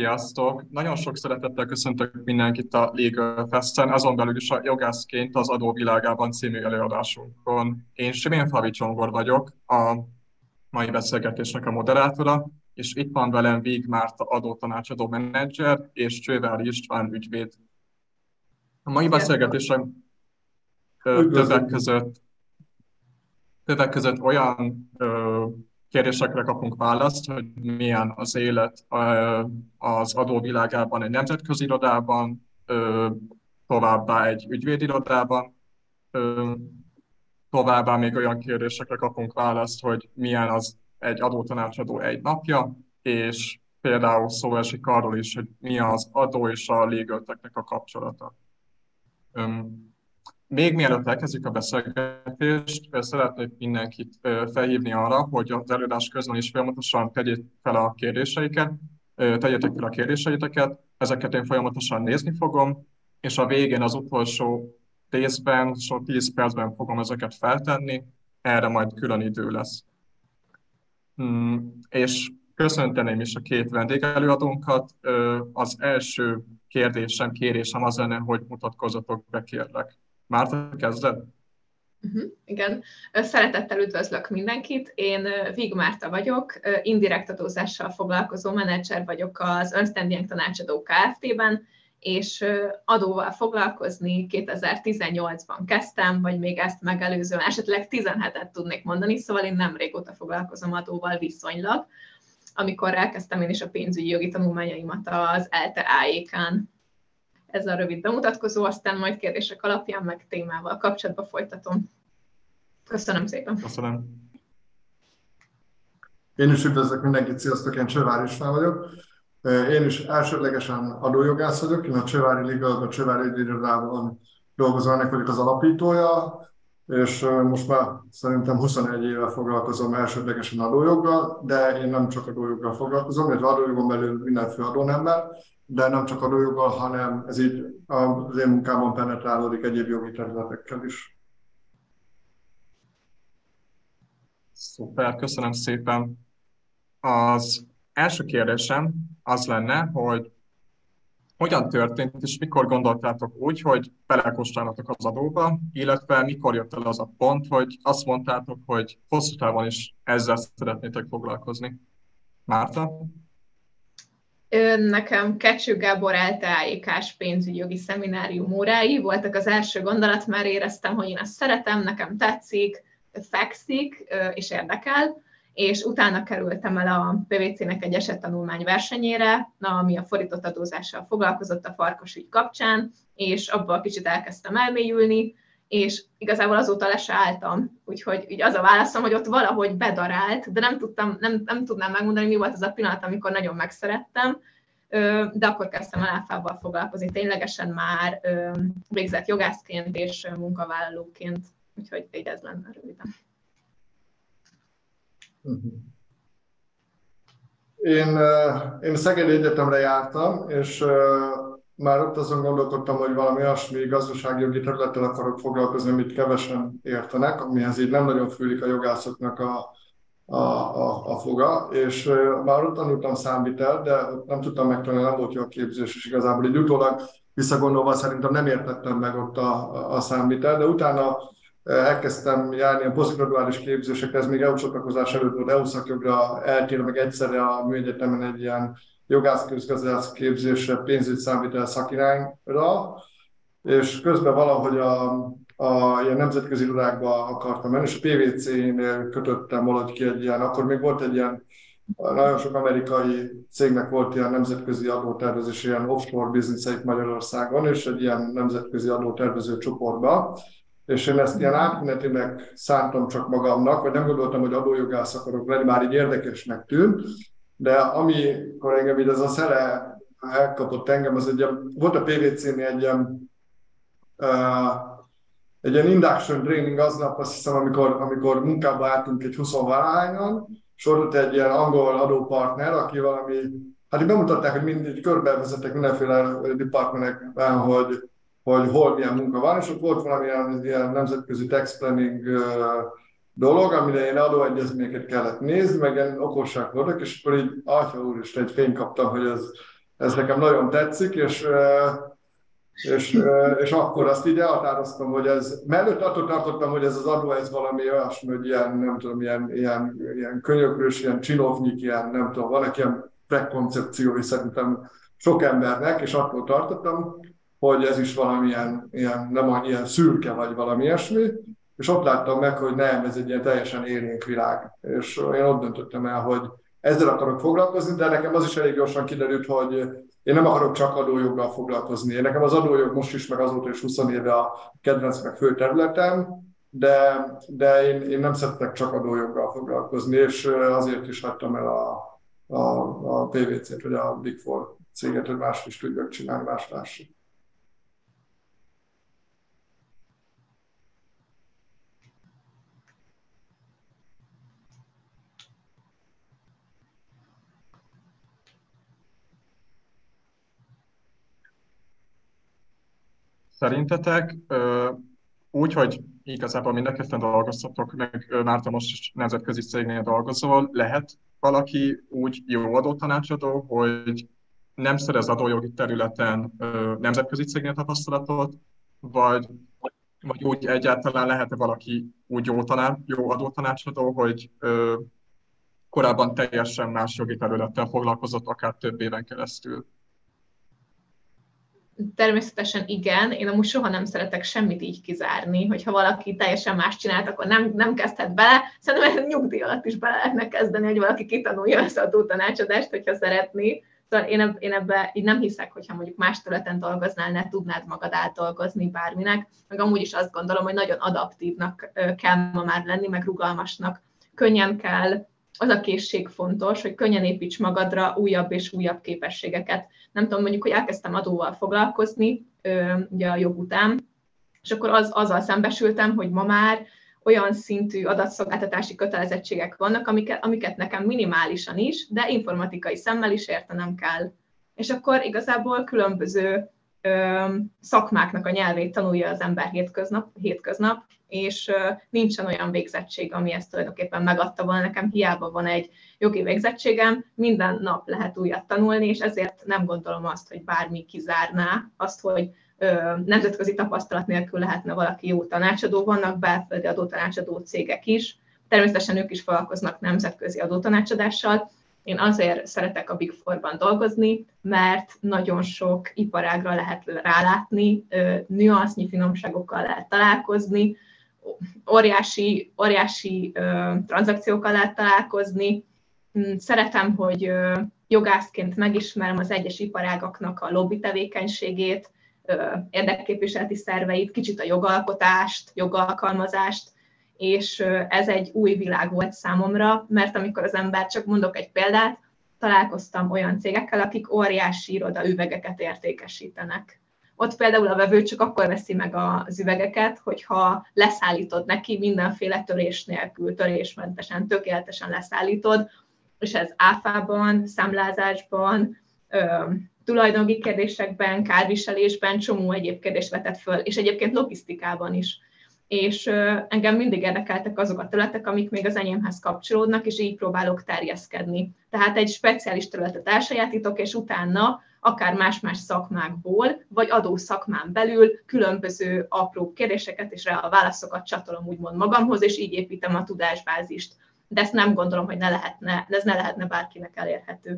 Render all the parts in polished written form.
Sziasztok! Nagyon sok szeretettel köszöntök mindenkit a Legal Festen, azon belül is a Jogászként az adóvilágában című előadásunkon. Én Simén Favi Csongor vagyok, a mai beszélgetésnek a moderátora, és itt van velem Víg Márta adótanácsadó menedzser és Csővári István ügyvéd. A mai Sziasztok! beszélgetésem többek Üdvözlök! között olyan kérdésekre kapunk választ, hogy milyen az élet az adóvilágában egy nemzetközi irodában, továbbá egy ügyvédirodában, továbbá még olyan kérdésekre kapunk választ, hogy milyen az egy adótanácsadó egy napja, és például szó esik arról is, hogy mi az adó és a legal tech-nek a kapcsolata. Még mielőtt elkezdjük a beszélgetést, szeretnék mindenkit felhívni arra, hogy az előadás közben is folyamatosan tegyék fel a kérdéseiket, tegyétek fel a kérdéseiteket, ezeket én folyamatosan nézni fogom, és a végén az utolsó részben, 10 percben fogom ezeket feltenni, erre majd külön idő lesz. És köszönteném is a két vendégelőadónkat. Az első kérésem az lenne, hogy mutatkozzatok be, kérlek. Márta, kezded? Igen. Szeretettel üdvözlök mindenkit. Én Víg Márta vagyok, indirekt adózással foglalkozó menedzser vagyok az Ernst & Young Tanácsadó Kft-ben, és adóval foglalkozni 2018-ban kezdtem, vagy még ezt megelőzően, esetleg 17-et tudnék mondani, szóval én nem régóta foglalkozom adóval viszonylag, amikor elkezdtem én is a pénzügyi jogi tanulmányaimat az ELTE AEK-n. Ez a rövid bemutatkozó, aztán majd kérdések alapján meg témával kapcsolatban folytatom. Köszönöm szépen. Köszönöm. Én is üdvözlök mindenkit, sziasztok, én Csővári István vagyok. Én is elsődlegesen adójogász vagyok, én a Csővári Legalban, a Csővári ügyvédirodában dolgozom, ennek vagyok az alapítója, és most már szerintem 21 éve foglalkozom elsődlegesen adójoggal, de én nem csak adójoggal foglalkozom, illetve adójogon belül mindenféle adónember, de nem csak adójoggal, hanem ez így az én munkában penetrálódik egyéb jogi területekkel is. Szuper, köszönöm szépen. Az első kérdésem az lenne, hogy hogyan történt, és mikor gondoltátok úgy, hogy belekóstolnatok az adóba, illetve mikor jött el az a pont, hogy azt mondtátok, hogy hosszú távon is ezzel szeretnétek foglalkozni. Márta? Nekem Kecső Gábor ELTE AEK-s pénzügyi jogi szeminárium órái voltak az első gondolat, már éreztem, hogy én ezt szeretem, nekem tetszik, fekszik és érdekel, és utána kerültem el a PwC-nek egy esettanulmány versenyére, ami a fordított adózással foglalkozott a Farkas ügy kapcsán, és abban kicsit elkezdtem elmélyülni, és igazából azóta le se álltam. Úgyhogy így az a válaszom, hogy ott valahogy bedarált, de nem tudnám megmondani, mi volt az a pillanat, amikor nagyon megszerettem, de akkor kezdtem el áfával foglalkozni, ténylegesen már végzett jogászként és munkavállalóként, úgyhogy így ez lenne röviden. Én Szegedi Egyetemre jártam, és már ott azon gondolkodtam, hogy valami olyasmi gazdaságjogi területtel akarok foglalkozni, amit kevesen értenek, amihez így nem nagyon fűlik a jogászoknak a foga, és már ott tanultam számvitelt, de nem tudtam megtanulni, nem volt jó a képzés, és igazából így utólag visszagondolva szerintem nem értettem meg ott a számvitelt, de utána elkezdtem járni a posztgraduális képzésekre, ez még EU csatlakozás előtt volt, EU szakjogra eltérve, meg egyszerre a műegyetemen egy ilyen jogász-közgazdász képzésre, pénzügyszámvitel szakirányra, és közben valahogy ilyen nemzetközi irodákba akartam menni, és a PwC-nél kötöttem valahogy ki egy ilyen, akkor még volt egy ilyen, nagyon sok amerikai cégnek volt ilyen nemzetközi adótervezés, ilyen offshore business-eik Magyarországon, és egy ilyen nemzetközi adótervező csoportba. És én ezt ilyen átmenetileg szántam csak magamnak, vagy nem gondoltam, hogy adójogász akarok lenni, már így érdekesnek tűnt, de amikor engem így ez a szere elkapott engem, az volt a PwC-nél egy ilyen induction training aznap, azt hiszem, amikor munkába álltunk egy 20-valahányan, és ott egy ilyen angol adópartner, aki valami, hát így bemutatták, hogy mindig körbevezettek mindenféle departmentekben, hogy hol milyen munka van, és ott volt valamilyen ilyen nemzetközi tax planning dolog, amire én adóegyezményeket kellett nézni, meg ilyen okosság voltak, és akkor így, atya úristen, egy fényt kaptam, hogy ez nekem nagyon tetszik, és akkor azt így elhatároztam, hogy ez, mellett attól tartottam, hogy ez az adó, ez valami olyasmi, hogy ilyen, nem tudom, ilyen könyöklős, ilyen csinovnyik, ilyen, nem tudom, vannak ilyen prekoncepciói szerintem sok embernek, és attól tartottam, hogy ez is valamilyen, nem ilyen szürke vagy valami ilyesmi, és ott láttam meg, hogy nem, ez egy ilyen teljesen élénk világ. És én ott döntöttem el, hogy ezzel akarok foglalkozni, de nekem az is elég gyorsan kiderült, hogy én nem akarok csak adójoggal foglalkozni. Én nekem az adójog most is, meg azóta is 20 éve a kedvenc, meg fő területem, de én nem szeretek csak adójoggal foglalkozni, és azért is hagytam el a PwC-t, vagy a Big Four céget, hogy mást is tudjak csinálni, más társat. Szerintetek úgy, hogy igazából mind a ketten dolgoztatok, meg Márta most is nemzetközi cégnél dolgozol, lehet valaki úgy jó adótanácsadó, hogy nem szerez adójogi területen nemzetközi cégnél tapasztalatot, vagy úgy egyáltalán lehet-e valaki úgy jó adótanácsadó, hogy korábban teljesen más jogi területtel foglalkozott, akár több éven keresztül? Természetesen igen, én amúgy soha nem szeretek semmit így kizárni, hogyha valaki teljesen más csinált, akkor nem kezdhet bele. Szerintem nyugdíj alatt is bele lehetne kezdeni, hogy valaki kitanulja az adótanácsadást, hogyha szeretné. Szóval én ebbe így nem hiszek, hogyha mondjuk más területen dolgoznál, ne tudnád magad átdolgozni bárminek. Meg amúgy is azt gondolom, hogy nagyon adaptívnak kell ma már lenni, meg rugalmasnak. Könnyen kell, az a készség fontos, hogy könnyen építs magadra újabb és újabb képességeket. Nem tudom, mondjuk, hogy elkezdtem adóval foglalkozni, ugye a jog után, és akkor azzal szembesültem, hogy ma már olyan szintű adatszolgáltatási kötelezettségek vannak, amiket nekem minimálisan is, de informatikai szemmel is értenem kell. És akkor igazából különböző szakmáknak a nyelvét tanulja az ember hétköznap, és nincsen olyan végzettség, ami ezt tulajdonképpen megadta volna nekem, hiába van egy jogi végzettségem, minden nap lehet újat tanulni, és ezért nem gondolom azt, hogy bármi kizárná azt, hogy nemzetközi tapasztalat nélkül lehetne valaki jó tanácsadó. Vannak belföldi adótanácsadó cégek is, természetesen ők is foglalkoznak nemzetközi adótanácsadással. Én azért szeretek a Big Four-ban dolgozni, mert nagyon sok iparágra lehet rálátni, nüansznyi finomságokkal lehet találkozni, óriási tranzakciókkal lehet találkozni. Szeretem, hogy jogászként megismerem az egyes iparágaknak a lobby tevékenységét, érdekképviseleti szerveit, kicsit a jogalkotást, jogalkalmazást, és ez egy új világ volt számomra, mert amikor az ember, csak mondok egy példát, találkoztam olyan cégekkel, akik óriási irodaüvegeket értékesítenek. Ott például a vevő csak akkor veszi meg az üvegeket, hogyha leszállítod neki mindenféle törés nélkül, törésmentesen, tökéletesen leszállítod, és ez áfában, számlázásban, tulajdonjogi kérdésekben, kárviselésben csomó egyéb kérdést vetett föl, és egyébként logisztikában is. És engem mindig érdekeltek azok a területek, amik még az enyémhez kapcsolódnak, és így próbálok terjeszkedni. Tehát egy speciális területet elsajátítok, és utána akár más-más szakmákból, vagy adószakmán belül különböző apró kérdéseket és rá a válaszokat csatolom úgymond magamhoz, és így építem a tudásbázist. De ezt nem gondolom, hogy ez ne lehetne bárkinek elérhető.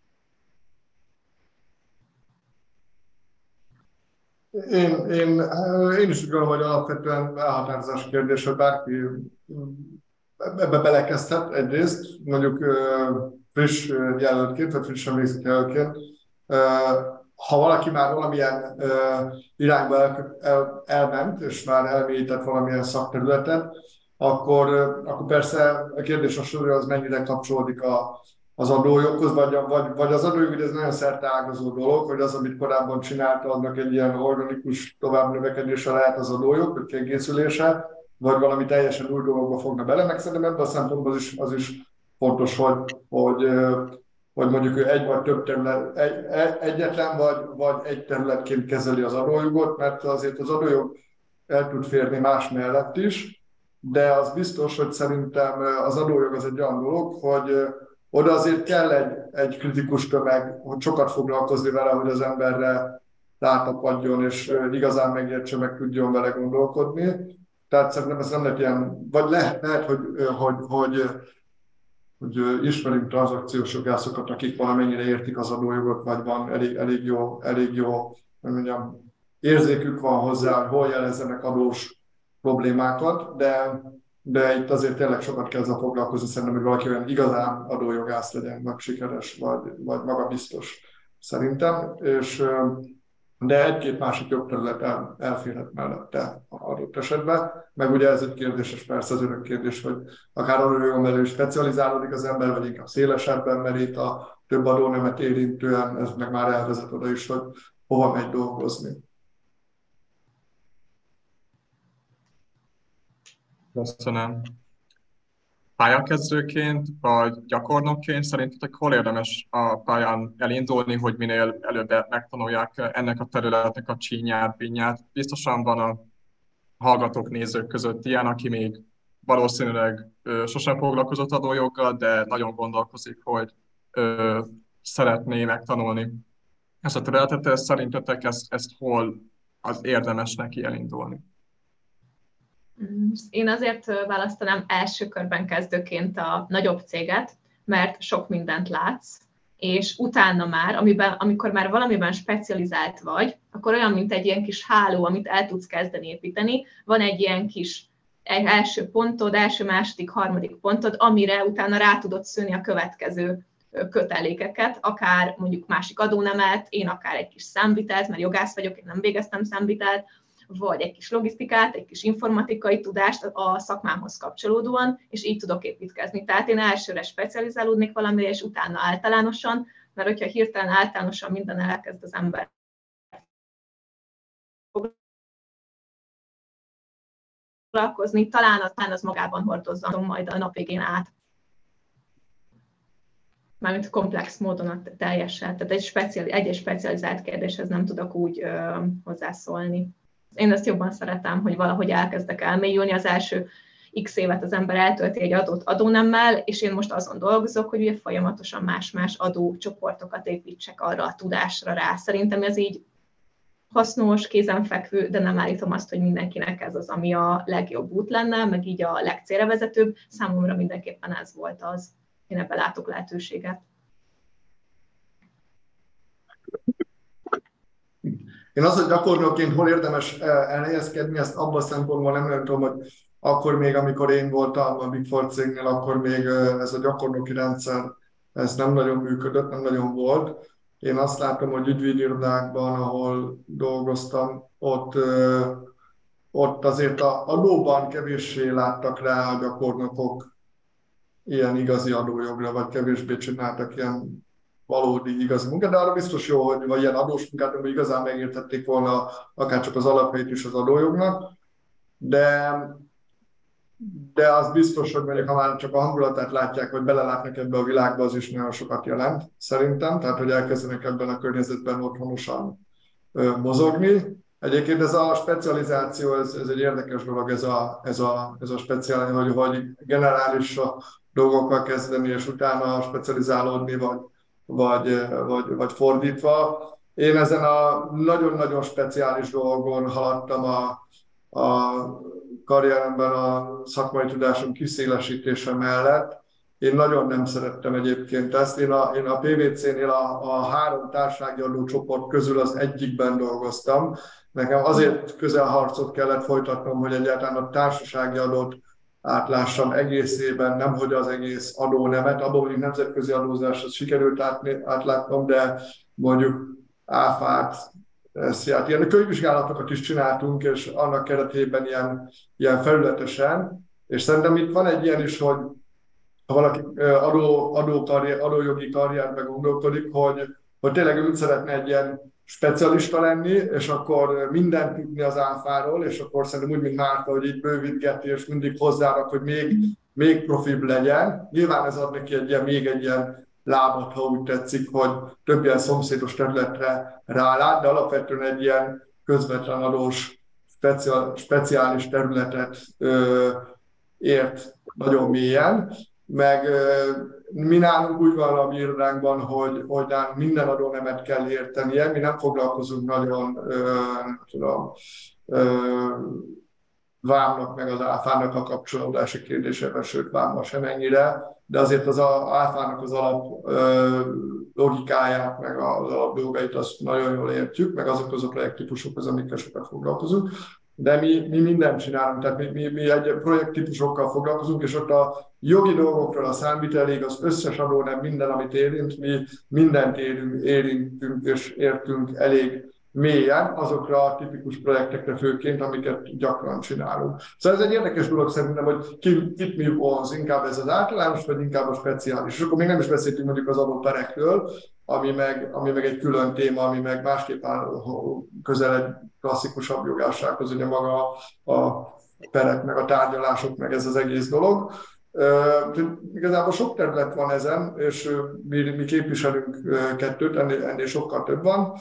Én is úgy gondolom, hogy alapvetően elhatározás kérdés, hogy bárki ebbe belekezdhet egyrészt, mondjuk friss jelöltként, vagy frissen végzett jelöltként. Ha valaki már valamilyen irányba elment, és már elmélyített valamilyen szakterületet, akkor persze a kérdés az mennyire kapcsolódik az adójoghoz, vagy az adójog, ez nagyon szerteágazó dolog, hogy az, amit korábban csinálta, annak egy ilyen organikus továbbnövekedése lehet az adójog, vagy kiegészülése, vagy valami teljesen új dologba fogna bele, meg szerintem ebben a szempontból az is fontos, hogy mondjuk ő egy vagy több terület, egyetlen vagy egy területként kezeli az adójogot, mert azért az adójog el tud férni más mellett is, de az biztos, hogy szerintem az adójog az egy olyan dolog, oda azért kell egy kritikus tömeg, hogy sokat foglalkozni vele, hogy az emberre rátapadjon, és igazán megértse, meg tudjon vele gondolkodni. Tehát szerintem ez nem lehet ilyen, vagy lehet hogy ismerünk tranzakciós jogászokat, akik valamennyire értik az adójogot, vagy van elég jó, hogy mondjam, érzékük van hozzá, hogy hol jelezzenek adós problémákat, de itt azért tényleg sokat kell ezzel foglalkozni, szerintem, hogy valaki olyan igazán adójogász legyen, vagy sikeres, vagy magabiztos szerintem, de egy-két másik jogterület elférhet mellette adott esetben. Meg ugye ez egy kérdéses, persze az örök kérdés, hogy akár adójogon belül specializálódik az ember, vagy inkább szélesebben merít a több adónemet érintően, ez meg már elvezet oda is, hogy hova megy dolgozni. Köszönöm. Pályakezdőként vagy gyakornokként szerintetek hol érdemes a pályán elindulni, hogy minél előbb megtanulják ennek a területnek a csínyát, bínyát? Biztosan van a hallgatók, nézők között ilyen, aki még valószínűleg sosem foglalkozott adójoggal, de nagyon gondolkozik, hogy szeretné megtanulni ezt a területet. Szerintetek ezt hol az érdemes neki elindulni? Én azért választanám első körben kezdőként a nagyobb céget, mert sok mindent látsz, és utána már, amikor már valamiben specializált vagy, akkor olyan, mint egy ilyen kis háló, amit el tudsz kezdeni építeni, van egy ilyen kis első pontod, első, második, harmadik pontod, amire utána rá tudod szőni a következő kötelékeket, akár mondjuk másik adónemet, én akár egy kis számvitelt, mert jogász vagyok, én nem végeztem számvitelt, vagy egy kis logisztikát, egy kis informatikai tudást a szakmámhoz kapcsolódóan, és így tudok építkezni. Tehát én elsőre specializálódnék valamire, és utána általánosan, mert hogyha hirtelen általánosan minden elkezd az ember foglalkozni, talán az magában hordozza majd a nap végén át. Mármint komplex módon a teljesen. Tehát egy specializált kérdéshez nem tudok úgy hozzászólni. Én ezt jobban szeretem, hogy valahogy elkezdek elmélyülni. Az első x évet az ember eltölti egy adott adónemmel, és én most azon dolgozok, hogy ugye folyamatosan más-más adócsoportokat építsek arra a tudásra rá. Szerintem ez így hasznos, kézenfekvő, de nem állítom azt, hogy mindenkinek ez az, ami a legjobb út lenne, meg így a legcélra vezetőbb. Számomra mindenképpen ez volt az. Én ebben látok lehetőséget. Én az, hogy gyakornokként hol érdemes elhelyezkedni, ezt abban a szempontból nem tudom, hogy akkor még, amikor én voltam a Big Four cégnél, akkor még ez a gyakornoki rendszer, ez nem nagyon működött, nem nagyon volt. Én azt látom, hogy ügyvédirodákban, ahol dolgoztam, ott azért a adóban kevéssé láttak rá a gyakornokok ilyen igazi adójogra, vagy kevésbé csináltak ilyen valódi igazi munkát, de arra biztos jó, hogy vagy ilyen adós munkát, hogy igazán megértették volna akár csak az alapjait is az adójognak, de az biztos, hogy mondjuk, ha már csak a hangulatát látják, hogy belelátnak ebbe a világba, az is nagyon sokat jelent, szerintem, tehát hogy elkezdenek ebben a környezetben otthonosan mozogni. Egyébként ez a specializáció, ez egy érdekes dolog, ez a speciális, hogy generális dolgokkal kezdeni, és utána specializálódni, vagy fordítva. Én ezen a nagyon-nagyon speciális dolgon haladtam a karrieremben a szakmai tudásom kiszélesítése mellett. Én nagyon nem szerettem egyébként ezt. Én a PwC-nél a 3 társasági adócsoport közül az egyikben dolgoztam. Nekem azért közelharcot kellett folytatnom, hogy egyáltalán a társasági adót átlássam egészében, nemhogy az egész adónemet. Abban mondjuk nemzetközi adózáshoz sikerült átlátnom, de mondjuk áfát, SZIA-t, ilyen könyvvizsgálatokat is csináltunk, és annak keretében ilyen felületesen. És szerintem itt van egy ilyen is, hogy ha valaki adójogi karrierben gondolkodik, hogy tényleg úgy szeretne egy ilyen specialista lenni, és akkor mindent tudni az áfáról, és akkor szerintem úgy, mint Márta, hogy így bővítgeti, és mindig hozzárak, hogy még profibb legyen. Nyilván ez ad neki még egy ilyen lábat, ha úgy tetszik, hogy több ilyen szomszédos területre rálát, de alapvetően egy ilyen közvetlen adós speciális területet ért nagyon mélyen. meg mi nálunk úgy van a mi irodánkban, hogy nálunk minden adónemet kell értenie, mi nem foglalkozunk nagyon, nem tudom, vámnak meg az áfának a kapcsolódási kérdésében, sőt vámmal sem ennyire, de azért az áfának az alap logikáját, meg az alap dolgait azt nagyon jól értjük, meg azok a projekttípusokhoz, amikkel sokat foglalkozunk. De mi mindent csinálunk, tehát mi egy projekttípusokkal foglalkozunk, és ott a jogi dolgokról, a számvitelig, az összes adónem, minden, amit érint, mi mindent érintünk és értünk elég mélyen azokra a tipikus projektekre főként, amiket gyakran csinálunk. Szóval ez egy érdekes dolog szerintem, hogy kit mi vonz, inkább ez az általános, vagy inkább a speciális. És akkor még nem is beszéltünk mondjuk az adóperekről, ami meg egy külön téma, ami meg másképp áll közel egy klasszikusabb jogássághoz, ugye maga a perek, meg a tárgyalások, meg ez az egész dolog. Igazából sok terület van ezen, és mi képviselünk kettőt, ennél sokkal több van.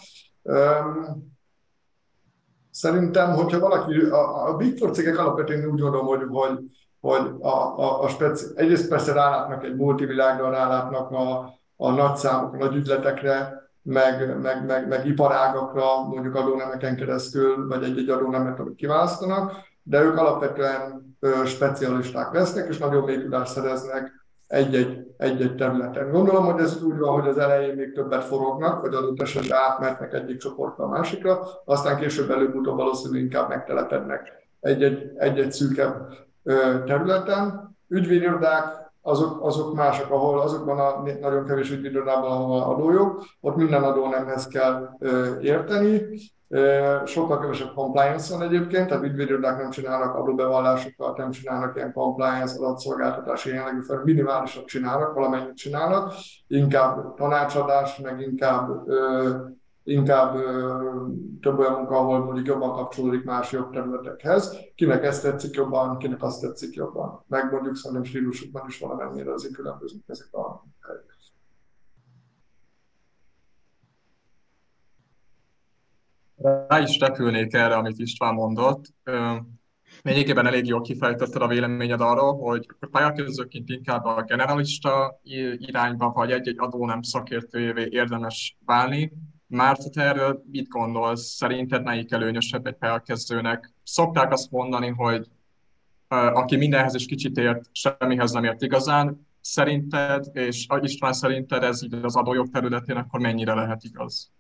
Szerintem, hogyha valaki, a Big Four cégek alapvetően úgy gondolom, hogy egyrészt persze rálátnak egy multivilágra, rálátnak a nagy számok, a nagy ügyletekre, meg iparágakra, mondjuk adónemeken keresztül, vagy egy adónemet, amit kiválasztanak, de ők alapvetően specialisták lesznek, és nagyon mély tudást szereznek egy-egy területen. Gondolom, hogy ez úgy van, hogy az elején még többet forognak, vagy adott esetben átmehetnek egyik csoporttal a másikra, aztán később előbb-utóbb valószínűleg inkább megtelepednek egy-egy szűkebb területen. Ügyvédirodák azok mások, ahol azokban a nagyon kevés ügyvédirodában, ahol adójog, ott minden adónemhez kell érteni. Sokkal kevesebb compliance van egyébként, tehát ügyvédirodák nem csinálnak adóbevallásokat, nem csinálnak ilyen compliance adatszolgáltatási jellegű fel, minimálisat csinálnak, valamennyit csinálnak, inkább tanácsadás, meg inkább több olyan munka, ahol mondjuk jobban kapcsolódik más jogterületekhez. Kinek ezt tetszik jobban, kinek azt tetszik jobban. Meg mondjuk szerintem stílusukban is valamennyire azért különbözők ezek a helyek. Rá is repülnék erre, amit István mondott. Lényegében elég jól kifejtetted a véleményed arról, hogy pályakezdőként inkább a generalista irányba, vagy egy-egy adónem szakértőjévé érdemes válni. Márta, te erről mit gondolsz? Szerinted melyik előnyösebb egy pályakezdőnek? Szokták azt mondani, hogy aki mindenhez is kicsit ért, semmihez nem ért igazán. Szerinted, és István szerinted ez így az adójog területén akkor mennyire lehet igaz?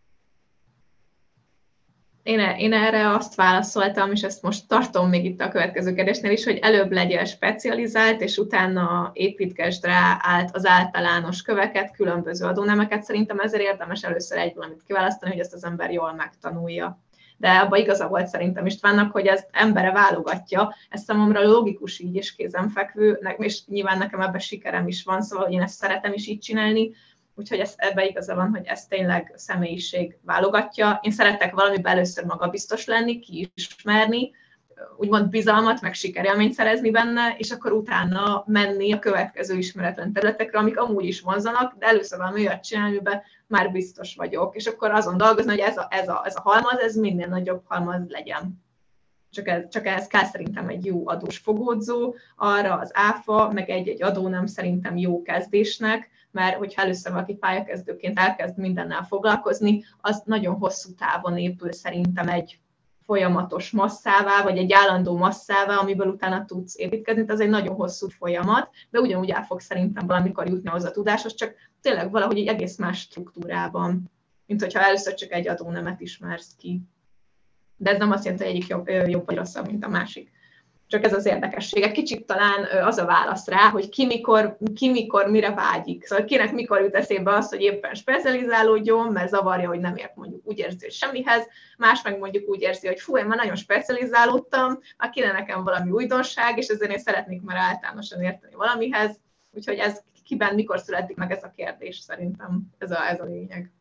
Én erre azt válaszoltam, és ezt most tartom még itt a következő kérdésnél is, hogy előbb legyél specializált, és utána építgesd rá az általános köveket, különböző adónemeket. Szerintem ezért érdemes először egy valamit kiválasztani, hogy ezt az ember jól megtanulja. De abban igaza volt szerintem Istvánnak, hogy ez embere válogatja. Ez számomra logikus így és kézenfekvő, és nyilván nekem ebben sikerem is van, szóval hogy én ezt szeretem is így csinálni. Úgyhogy ebben igaza van, hogy ez tényleg személyiség válogatja. Én szeretek valamiben először magabiztos lenni, kiismerni, úgymond bizalmat, meg sikerélményt szerezni benne, és akkor utána menni a következő ismeretlen területekre, amik amúgy is vonzanak, de először valami olyat csinálni, amiben már biztos vagyok. És akkor azon dolgozni, hogy ez a halmaz, ez minél nagyobb halmaz legyen. Csak ehhez kell szerintem egy jó adós fogódzó, arra az áfa, meg egy adónem szerintem jó kezdésnek, mert hogyha először valaki pályakezdőként elkezd mindennel foglalkozni, az nagyon hosszú távon épül szerintem egy folyamatos masszává, vagy egy állandó masszává, amiből utána tudsz építkezni. Ez egy nagyon hosszú folyamat, de ugyanúgy el fog szerintem valamikor jutni ahhoz a tudáshoz, csak tényleg valahogy egy egész más struktúrában, mint hogyha először csak egy adónemet ismersz ki. De ez nem azt jelenti, hogy egyik jobb vagy rosszabb, mint a másik. Csak ez az érdekessége. Kicsit talán az a válasz rá, hogy ki mikor mire vágyik. Szóval kinek mikor jut eszébe az, hogy éppen specializálódjon, mert zavarja, hogy nem ért mondjuk úgy érzi, hogy semmihez, más meg mondjuk úgy érzi, hogy fú, én már nagyon specializálódtam, már kéne nekem valami újdonság, és ezért én szeretnék már általánosan érteni valamihez. Úgyhogy ez kiben mikor születik meg ez a kérdés, szerintem ez a lényeg.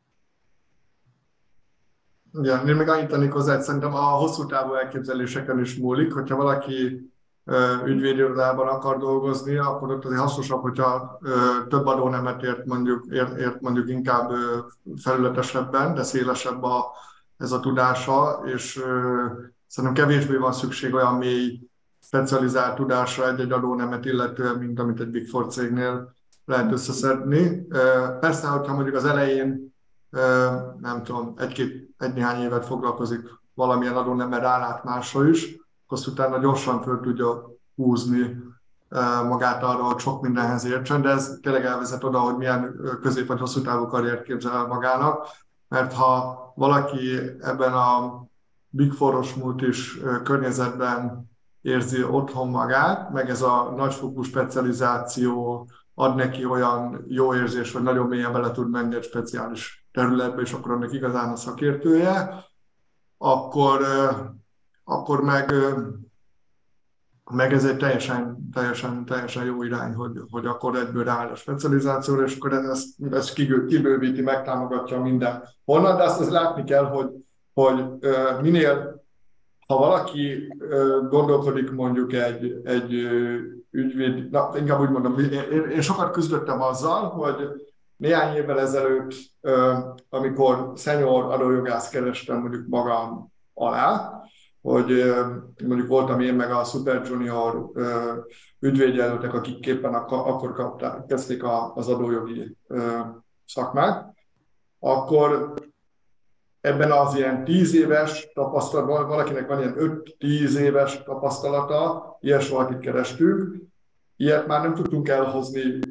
Igen, én még annyit tennék hozzá, hogy szerintem a hosszú távú elképzeléseken is múlik, hogyha valaki ügyvédirodában akar dolgozni, akkor ott azért hasznosabb, hogyha több adónemet ért mondjuk inkább felületesebben, de szélesebb ez a tudása, és szerintem kevésbé van szükség olyan mély specializált tudásra egy-egy adónemet illetően, mint amit egy Big Four cégnél lehet összeszedni. Persze, hogyha mondjuk az elején, nem tudom, egy-néhány évet foglalkozik valamilyen adónemmel, rálát másra is, akkor utána gyorsan föl tudja húzni magát arra, hogy sok mindenhez értsen, de ez tényleg elvezet oda, hogy milyen közép- vagy hosszú távú karriert képzel el magának, mert ha valaki ebben a Big Four-os multis környezetben érzi otthon magát, meg ez a nagyfokú specializáció ad neki olyan jó érzés, hogy nagyon mélyen bele tud menni egy speciális területbe, és akkor annak igazán a szakértője, akkor meg ez egy teljesen jó irány, hogy akkor egyből rááll a specializációra, és akkor ezt kibővíti, megtámogatja minden honnan, de azt látni kell, hogy minél, ha valaki gondolkodik mondjuk egy ügyvéd, inkább úgy mondom, én sokat küzdöttem azzal, hogy néhány évvel ezelőtt, amikor senior adójogász kerestem mondjuk magam alá, hogy mondjuk voltam én meg a Super Junior ügyvédjelöltek, akik éppen akkor kezdték az adójogi szakmát, akkor ebben az ilyen 10 éves tapasztalatban, valakinek van ilyen 5-10 éves tapasztalata, ilyes valakit kerestünk, ilyet már nem tudtunk elhozni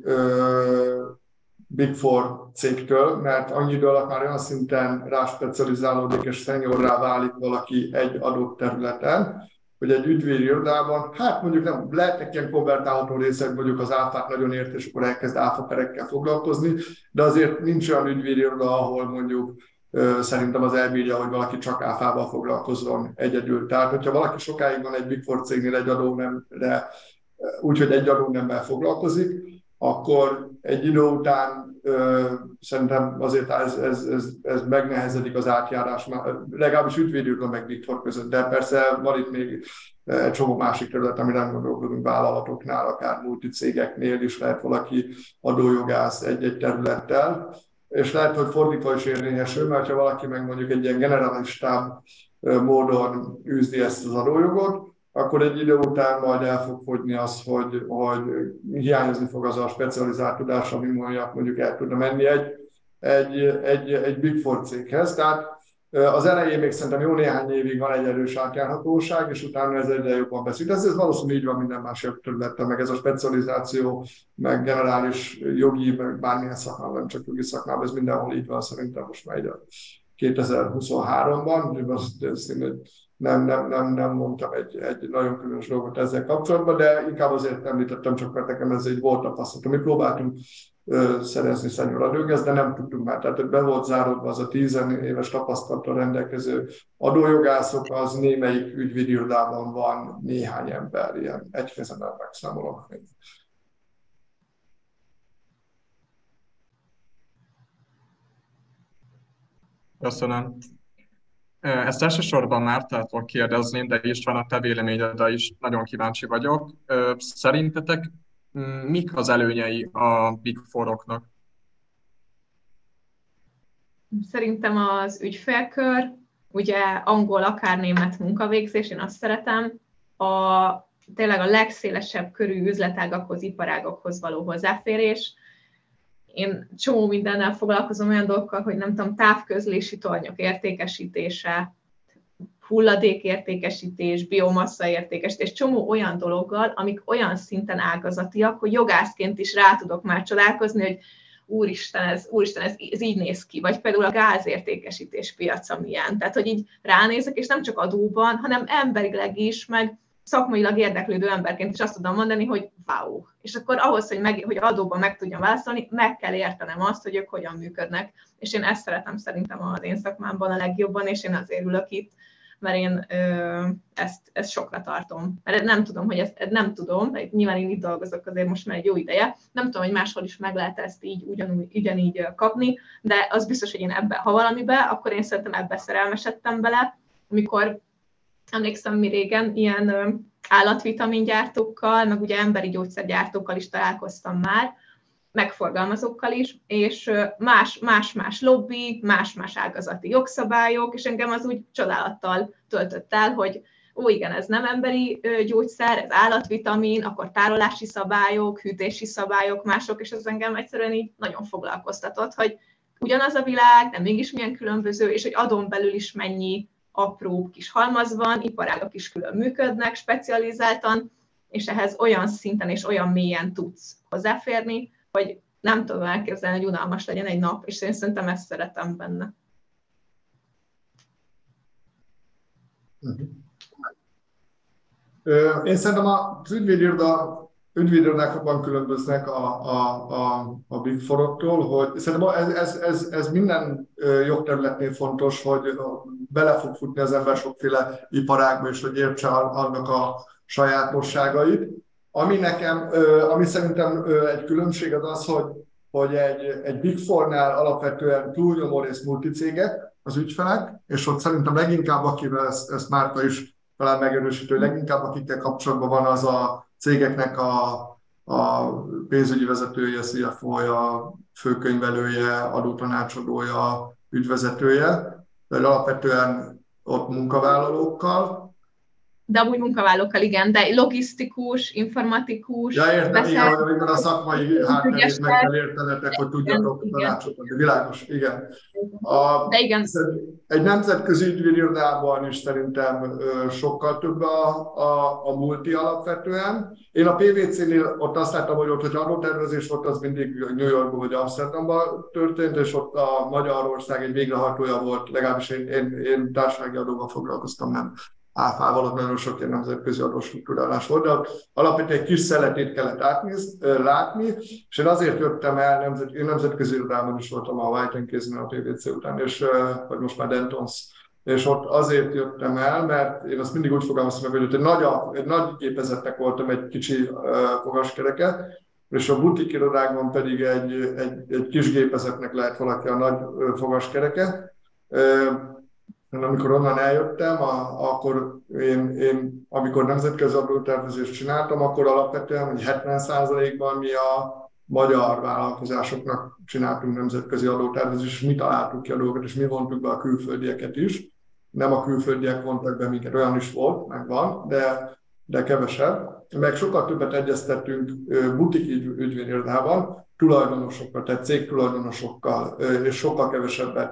Big Four cégtől, mert annyi idő alatt már olyan szinten ráspecializálódik és seniorrá válik valaki egy adott területen, hogy egy ügyvédi irodában, hát mondjuk nem lehetnek ilyen konvertálható részek, mondjuk az áfát nagyon ért, és akkor elkezd áfaperekkel foglalkozni, de azért nincs olyan ügyvédi iroda, ahol mondjuk szerintem az elbírja, hogy valaki csak áfával foglalkozzon egyedül. Tehát, hogyha valaki sokáig van egy Big Four cégnél egy adónemre, úgyhogy egy adónemmel foglalkozik, akkor egy idő után szerintem azért ez megnehezedik az átjárás, legalábbis ügyvédőről meg Big Four között, de persze van itt még egy csomó másik terület, amire nem gondolkodunk, vállalatoknál, akár multicégeknél is lehet valaki adójogász egy-egy területtel, és lehet, hogy fordítva is érvényesül, mert ha valaki meg mondjuk egy ilyen generalistább módon űzi ezt az adójogot, akkor egy idő után majd el fog fogyni az, hogy hiányozni fog az a specializált tudás, ami mondjuk el tudna menni egy Big Four céghez. Tehát az elején még szerintem jó néhány évig van egy erős átjárhatóság, és utána ez egyre jobban beszél. Ez valószínűleg így van minden más területen, meg ez a specializáció, meg generális jogi, meg bármilyen szakmában, nem csak jogi szakmában, ez mindenhol így van szerintem most már 2023-ban. Nem mondtam egy nagyon különös dolgot ezzel kapcsolatban, de inkább azért említettem, csak mert nekem ez egy volt tapasztalatom. Mi próbáltunk szerezni senior adójogást, de nem tudtunk már. Tehát be volt záródva az a 10 éves tapasztalattal rendelkező adójogászok, az némelyik ügyvédi irodában van néhány ember, ilyen egy kezemmel megszámolok. Köszönöm. Ezt elsősorban Mártától kérdezném, de István, a te véleményedre is nagyon kíváncsi vagyok. Szerintetek mik az előnyei a Big Four-oknak? Szerintem az ügyfélkör, ugye angol, akár német munkavégzés, én azt szeretem, tényleg a legszélesebb körű üzletágakhoz, iparágokhoz való hozzáférés. Én csomó mindennel foglalkozom, olyan dolgokkal, hogy nem tudom, távközlési tornyok értékesítése, hulladékértékesítés, biomassa értékesítés, csomó olyan dologgal, amik olyan szinten ágazatiak, hogy jogászként is rá tudok már csodálkozni, hogy úristen, ez így néz ki, vagy például a gázértékesítés piaca milyen. Tehát, hogy így ránézek, és nem csak adóban, hanem emberileg is, meg szakmailag érdeklődő emberként is azt tudom mondani, hogy wow. És akkor ahhoz, hogy adóban meg tudjam válaszolni, meg kell értenem azt, hogy ők hogyan működnek. És én ezt szeretem szerintem az én szakmámban a legjobban, és én azért ülök itt, mert én ezt sokra tartom. Mert nem tudom, nyilván én itt dolgozok azért most már egy jó ideje, nem tudom, hogy máshol is meg lehet ezt így ugyanígy kapni, de az biztos, hogy én ha valamibe, akkor én szerintem ebbe szerelmesedtem bele, amikor emlékszem, mi régen ilyen állatvitamingyártókkal, meg ugye emberi gyógyszergyártókkal is találkoztam már, megforgalmazókkal is, és más lobby, más ágazati jogszabályok, és engem az úgy csodálattal töltött el, hogy ó igen, ez nem emberi gyógyszer, ez állatvitamin, akkor tárolási szabályok, hűtési szabályok, mások, és ez engem egyszerűen így nagyon foglalkoztatott, hogy ugyanaz a világ, de mégis milyen különböző, és hogy adon belül is mennyi apró kis halmaz van, iparágak is külön működnek, specializáltan, és ehhez olyan szinten és olyan mélyen tudsz hozzáférni, hogy nem tudom elképzelni, hogy unalmas legyen egy nap, és én szerintem ezt szeretem benne. Én szerintem az ügyvédirodák különböznek a Big Four-októl, hogy szerintem ez minden jogterületnél fontos, hogy bele fog futni az ember sokféle iparágba, és hogy értse annak a sajátosságait. Ami szerintem egy különbség az hogy egy Big Four-nál alapvetően túlnyomó rész multicégek az ügyfelek, és ott szerintem leginkább, akivel ezt Márta is talán megerősítő, leginkább akikkel kapcsolatban van, az a cégeknek a pénzügyi vezetője, CFO-ja, főkönyvelője, adótanácsadója, ügyvezetője, de alapvetően ott munkavállalókkal. De amúgy munkavállalókkal, igen, de logisztikus, informatikus, ja, értem, igen, a szakmai hátterét meg kell értenetek, hogy tudjatok tanácsot adni. Világos, igen. De igen. Egy nemzetközi ügyvédirodában is szerintem sokkal több a multi alapvetően. Én a PwC-nél ott azt láttam, hogy ott, hogy adótervezés volt, az mindig New Yorkban vagy Amsterdamban történt, és ott a Magyarország egy végrehajtója volt, legalábbis én társasági adóval foglalkoztam, nem áfával, ott nagyon sok ilyen nemzetközi adóstruktúrálás volt, de alapvetően egy kis szeletét kellett látni, és én azért jöttem el, én nemzetközi irodában is voltam a White & Case-nél a PwC után, vagy most már Dentons, és ott azért jöttem el, mert én azt mindig úgy fogalmaztam meg, hogy egy nagy gépezetnek voltam egy kicsi fogaskereke, és a butik irodákban pedig egy kis gépezetnek lehet valaki a nagy fogaskereke. Amikor onnan eljöttem, akkor én amikor nemzetközi adótervezést csináltam, akkor alapvetően 70%-ban mi a magyar vállalkozásoknak csináltunk nemzetközi adótervezést, és mi találtuk ki a dolgokat, és mi vontuk be a külföldieket is. Nem a külföldiek vontak be minket, olyan is volt, meg van, de kevesebb. Meg sokkal többet egyeztettünk butik ügyvédirodában, tulajdonosokkal, tehát cégtulajdonosokkal, és sokkal kevesebbet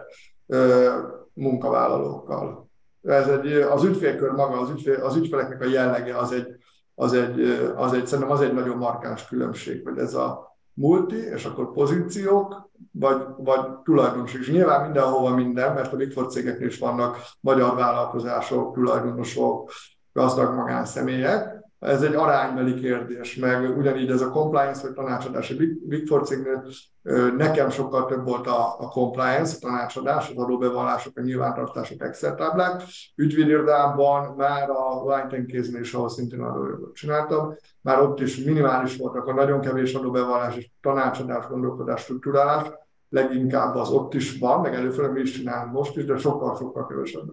munkavállalókkal. Az ügyfélkör maga, az ügyfeleknek a jellege szerintem az egy nagyon markáns különbség, hogy ez a multi, és akkor pozíciók, vagy tulajdonosok. És nyilván mindenhova minden, mert a Big Four cégeknél is vannak magyar vállalkozások, tulajdonosok, gazdag magánszemélyek. Ez egy aránybeli kérdés, meg ugyanígy ez a compliance vagy tanácsadás. A Big Four cégnél nekem sokkal több volt a compliance, a tanácsadás, az adóbevallások, a nyilvántartások, Excel táblák. Ügyvédirodában már a White & Case-nél is, ahol szintén adójogot csináltam, már ott is minimális voltak a nagyon kevés adóbevallás és tanácsadás, gondolkodás, struktúrálás. Leginkább az ott is van, meg előfordul, mi is csinálunk most is, de sokkal kevesebb.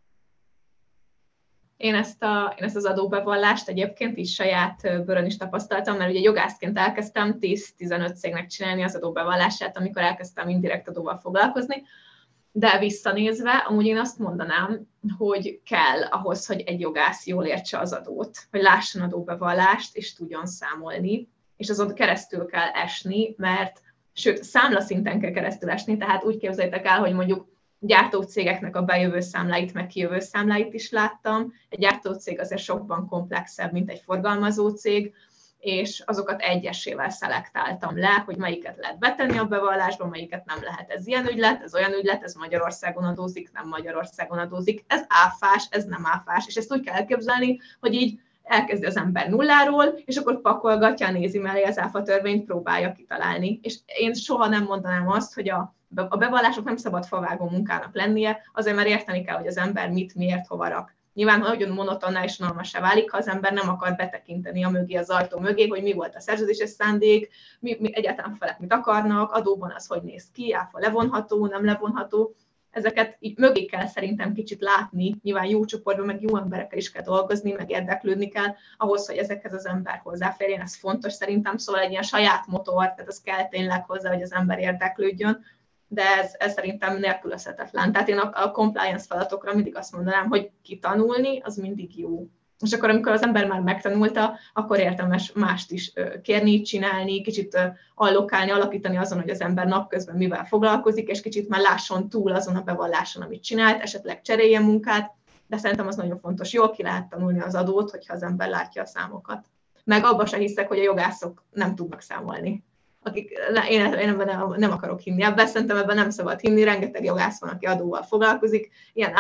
Én ezt az adóbevallást egyébként is saját bőrön is tapasztaltam, mert ugye jogászként elkezdtem 10-15 cégnek csinálni az adóbevallását, amikor elkezdtem indirekt adóval foglalkozni, de visszanézve, amúgy én azt mondanám, hogy kell ahhoz, hogy egy jogász jól értse az adót, hogy lásson adóbevallást és tudjon számolni, és azon keresztül kell esni, sőt, számlaszinten kell keresztül esni, tehát úgy képzeljétek el, hogy mondjuk gyártócégeknek a bejövő számláit, meg kijövő számláit is láttam. Egy gyártócég azért sokban komplexebb, mint egy forgalmazó cég, és azokat egyesével szelektáltam le, hogy melyiket lehet betenni a bevallásba, melyiket nem lehet. Ez ilyen ügylet, ez olyan ügylet, ez Magyarországon adózik, nem Magyarországon adózik, ez áfás, ez nem áfás, és ezt úgy kell elképzelni, hogy így elkezdi az ember nulláról, és akkor pakolgatja, nézi mellé az áfa törvényt, próbálja kitalálni. És én soha nem mondanám azt, hogy a bevallások nem szabad favágó munkának lennie, azért mert érteni kell, hogy az ember mit, miért, hova rak. Nyilván nagyon monotonnál és unalmassá válik, ha az ember nem akar betekinteni a mögé, az ajtó mögé, hogy mi volt a szerződéses szándék, mi egyáltalán felek mit akarnak, adóban az hogy néz ki, áfa levonható, nem levonható. Ezeket így mögé kell szerintem kicsit látni, nyilván jó csoportban, meg jó emberekkel is kell dolgozni, meg érdeklődni kell ahhoz, hogy ezekhez az ember hozzáférjen. Ez fontos szerintem, szóval egy ilyen saját motor, tehát az kell tényleg hozzá, hogy az ember érdeklődjön. de ez szerintem nélkülözhetetlen. Tehát én a compliance feladatokra mindig azt mondanám, hogy kitanulni, az mindig jó. És akkor, amikor az ember már megtanulta, akkor érdemes mást is kérni, csinálni, kicsit allokálni, alakítani azon, hogy az ember napközben mivel foglalkozik, és kicsit már lásson túl azon a bevalláson, amit csinált, esetleg cseréljen munkát, de szerintem az nagyon fontos. Jól ki lehet tanulni az adót, hogyha az ember látja a számokat. Meg abba se hiszek, hogy a jogászok nem tudnak számolni. Én ebben nem akarok hinni. Ebben szerintem ebben nem szabad hinni, rengeteg jogász van, aki adóval foglalkozik, ilyen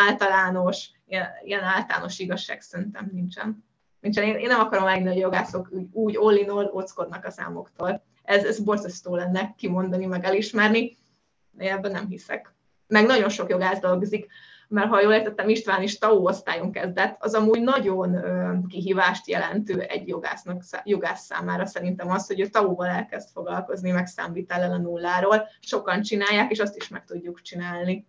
általános igazság szerintem nincsen. Én nem akarom elhinni, hogy a jogászok úgy all-in-all óckodnak a számoktól. Ez borzasztó lenne kimondani, meg elismerni. Én ebben nem hiszek. Meg nagyon sok jogász dolgozik, mert ha jól értettem, István is TAO osztályon kezdett, az amúgy nagyon kihívást jelentő egy jogász számára szerintem az, hogy ő TAO-val elkezd foglalkozni, meg számvitellel a nulláról. Sokan csinálják, és azt is meg tudjuk csinálni.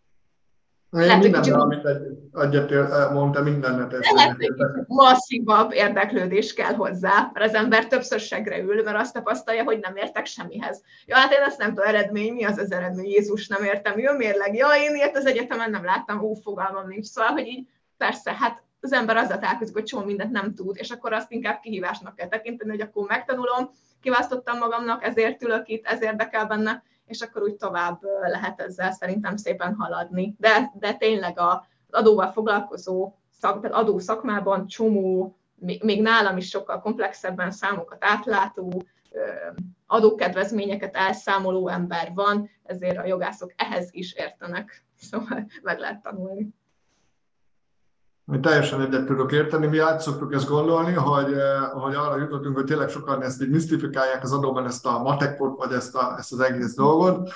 Én mindenben, amit mondta, mindennet masszívabb érdeklődés kell hozzá, mert az ember többször segre ül, mert azt tapasztalja, hogy nem értek semmihez. Ja, hát én azt nem tudom, eredmény, mi az az eredmény? Jézus, nem értem, jó mérleg, ja, én ilyet az egyetemen nem láttam, fogalmam nincs. Szóval, hogy így persze, hát az ember azzal találkozik, hogy csomó mindent nem tud, és akkor azt inkább kihívásnak kell tekinteni, hogy akkor megtanulom, kiválasztottam magamnak, ezért ülök itt, ez érdekel benne, és akkor úgy tovább lehet ezzel szerintem szépen haladni. De tényleg az adóval foglalkozó adó szakmában csomó, még nálam is sokkal komplexebben számokat átlátó, adókedvezményeket elszámoló ember van, ezért a jogászok ehhez is értenek, szóval meg lehet tanulni. Mi teljesen egyet tudok érteni, mi át szoktuk ezt gondolni, hogy arra jutottunk, hogy tényleg sokan ezt így misztifikálják az adóban, ezt a matekot, vagy ezt az egész dolgot.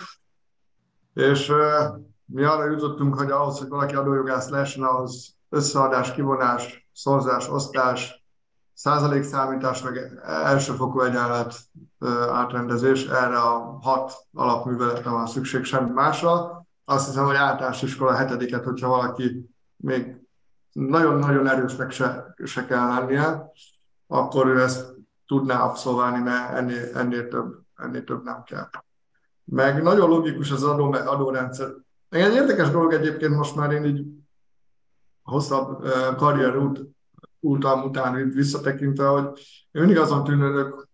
És mi arra jutottunk, hogy ahhoz, hogy valaki adójogász lehessen, ahhoz összeadás, kivonás, szorzás, osztás, százalékszámítás, meg elsőfokú egyenlet átrendezés, erre a 6 alapműveletre van szükség, semmi másra. Azt hiszem, hogy általános iskola 7-et, hogyha valaki még nagyon-nagyon erősnek se kell lennie, akkor ő ezt tudná abszolválni, mert ennél több nem kell. Meg nagyon logikus az adórendszer. Egy érdekes dolog egyébként most már én így hosszabb karrierútam után visszatekintve, hogy én mindig azon tűnődök,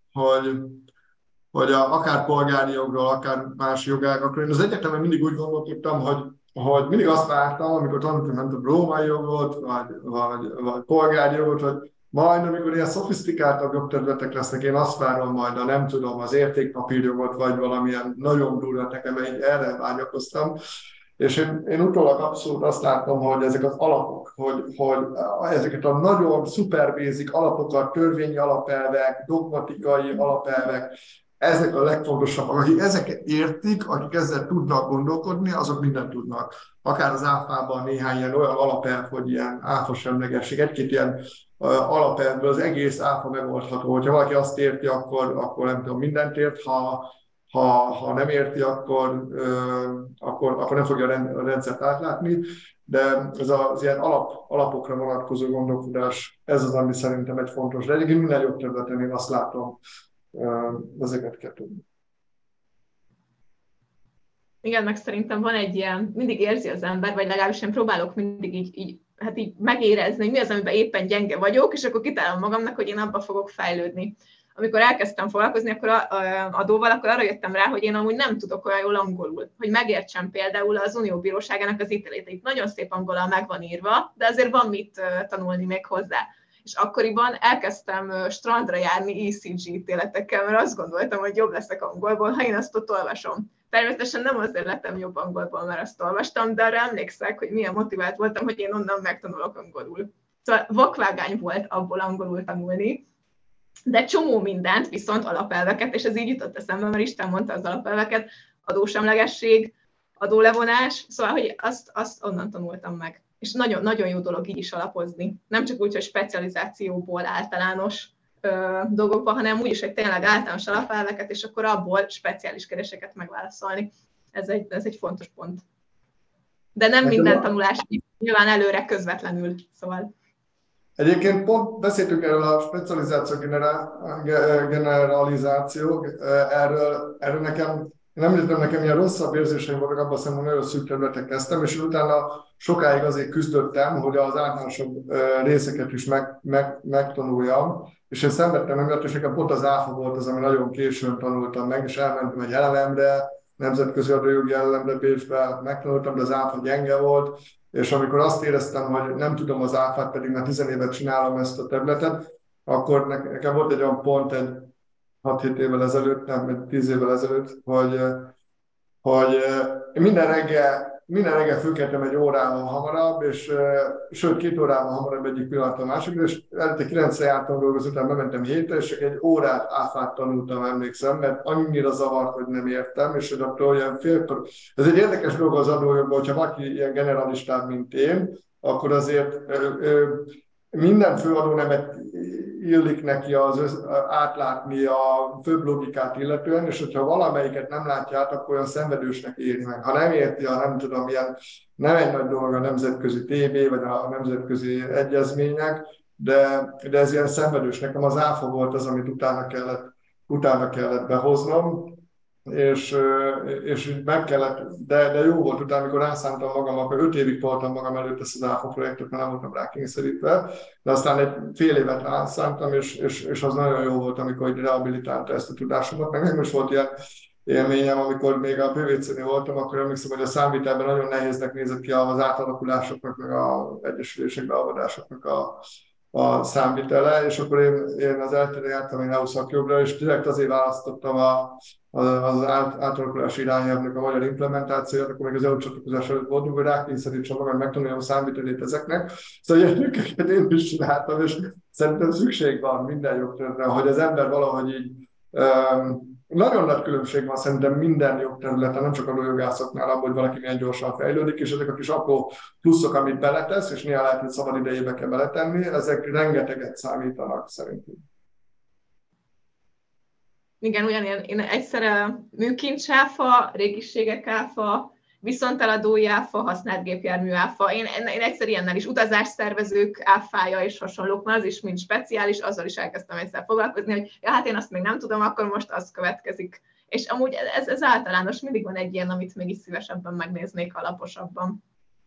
hogy akár polgári jogról, akár más jogágakról. Én az egyetemen mindig úgy gondolkodtam, hogy mindig azt vártam, amikor tanultam, nem tudom, római jogot, vagy polgári jogot, hogy majd, amikor ilyen szofisztikáltabb jogterületek lesznek, én azt várom majd, nem tudom, az értékpapírjogot, vagy valamilyen nagyon durva, nekem erre vágyakoztam. És én utólag abszolút azt látom, hogy ezek az alapok, hogy ezeket a nagyon szuper basic alapokat, törvényi alapelvek, dogmatikai alapelvek, ezek a legfontosabbak. Akik ezeket értik, akik ezzel tudnak gondolkodni, azok mindent tudnak. Akár az áfában néhány ilyen olyan alapelv, hogy ilyen áfa semlegesség, egy-két ilyen alapelvből az egész áfa megoldható. Hogyha valaki azt érti, akkor nem tudom, mindent ért, ha nem érti, akkor nem fogja a rendszert átlátni. De ez az ilyen alapokra vonatkozó gondolkodás, ez az, ami szerintem egy fontos. De egyébként minden jobb területen én azt látom, ezeket kell tudni. Igen, meg szerintem van egy ilyen, mindig érzi az ember, vagy legalábbis én próbálok mindig így megérezni, hogy mi az, amiben éppen gyenge vagyok, és akkor kitálom magamnak, hogy én abba fogok fejlődni. Amikor elkezdtem foglalkozni akkor adóval, akkor arra jöttem rá, hogy én amúgy nem tudok olyan jól angolul, hogy megértsem például az Unió Bíróságának az ítéleteit. Nagyon szép angolal meg van írva, de azért van mit tanulni még hozzá. És akkoriban elkezdtem strandra járni ECG ítéletekkel, mert azt gondoltam, hogy jobb leszek angolból, ha én azt ott olvasom. Természetesen nem azért lettem jobb angolból, mert azt olvastam, de arra emlékszek, hogy milyen motivált voltam, hogy én onnan megtanulok angolul. Szóval vakvágány volt abból angolul tanulni, de csomó mindent, viszont alapelveket, és ez így jutott eszembe, mert Isten mondta az alapelveket, adósemlegesség, adólevonás, szóval, hogy azt onnan tanultam meg. És nagyon, nagyon jó dolog így is alapozni. Nem csak úgy, hogy specializációból általános dolgokban, hanem úgy is, hogy tényleg általános alapelveket, és akkor abból speciális kérdéseket megválaszolni. Ez egy fontos pont. De nem minden tanulás nyilván előre közvetlenül, szóval. Egyébként pont beszéltünk erről a specializáció generalizáció, erről nekem én említettem, nekem ilyen rosszabb érzéseim voltak abban a szemben, nagyon szűk területek kezdtem, és utána sokáig azért küzdöttem, hogy az általánosabb részeket is megtanuljam, és én szenvedtem emiatt, és nekem pont az ÁFA volt az, ami nagyon későn tanultam meg, és elmentem egy LLM-re, nemzetközi adójogi LLM-re Bécsbe, megtanultam, de az ÁFA gyenge volt, és amikor azt éreztem, hogy nem tudom az ÁFA-t, pedig már 10 évet csinálom ezt a területet, akkor nekem volt egy olyan pont, egy 6-7 évvel ezelőtt, nem, 10 évvel ezelőtt, hogy minden reggel fölkeltem egy órával hamarabb, és sőt 2 órával hamarabb egyik pillanatban a másikra, és előtte 9-re jártam dolgozni, utána bementem 7-re, és csak egy órát áfát tanultam, emlékszem, mert annyira zavart, hogy nem értem, és hogy attól olyan félkor. Ez egy érdekes dolog az adójogban, hogyha valaki ilyen generalistább, mint én, akkor azért minden főadónemet illik neki átlátni a főbb logikát illetően, és hogyha valamelyiket nem látja át, akkor olyan szenvedősnek éri meg. Ha nem érti, nem tudom, nem egy nagy dolog a nemzetközi TB, vagy a nemzetközi egyezmények, de ez ilyen szenvedős. Nekem az ÁFA volt az, amit utána kellett behoznom, és meg kellett, de jó volt utána, amikor rászántam magam, akkor 5 évig toltam magam előtt ezt az ÁFA projektet, mert nem voltam rá kényszerítve, de aztán egy fél évet rászántam, és az nagyon jó volt, amikor rehabilitálta ezt a tudásomat. Meg most volt ilyen élményem, amikor még a PwC-nél voltam, akkor emlékszem, hogy a számvitelben nagyon nehéznek nézett ki az átalakulásoknak, meg az egyesülések beavadásoknak a számvitele, és akkor én az eltére jártam én EU szakjogra, és direkt azért választottam az átalakulási irányelvnek a magyar implementációját, akkor még az EU csatlakozás előtt voltunk, hogy rákényszerítsem magam, megtanuljam a számvitelét ezeknek. Szóval ilyen trükköket én is csináltam, és szerintem szükség van minden jogterületre, hogy az ember valahogy így nagyon nagy különbség van szerintem minden jogterületen, nem csak a jogászoknál, abban, hogy valaki milyen gyorsan fejlődik, és ezek a kis apró pluszok, amit beletesz, és néha lehet, hogy szabad idejébe kell beletenni, ezek rengeteget számítanak szerintem. Igen, ugyanilyen, én egyszerre műkincsáfa, régiségek áfa, viszonteladói áfa, használt gépjármű áfa. Én egyszer ilyennel is utazásszervezők áfája és hasonlók, mert az is mind speciális, azzal is elkezdtem egyszer foglalkozni, hogy ja, hát én azt még nem tudom, akkor most az következik. És amúgy ez általános, mindig van egy ilyen, amit mégis szívesebben megnéznék alaposabban.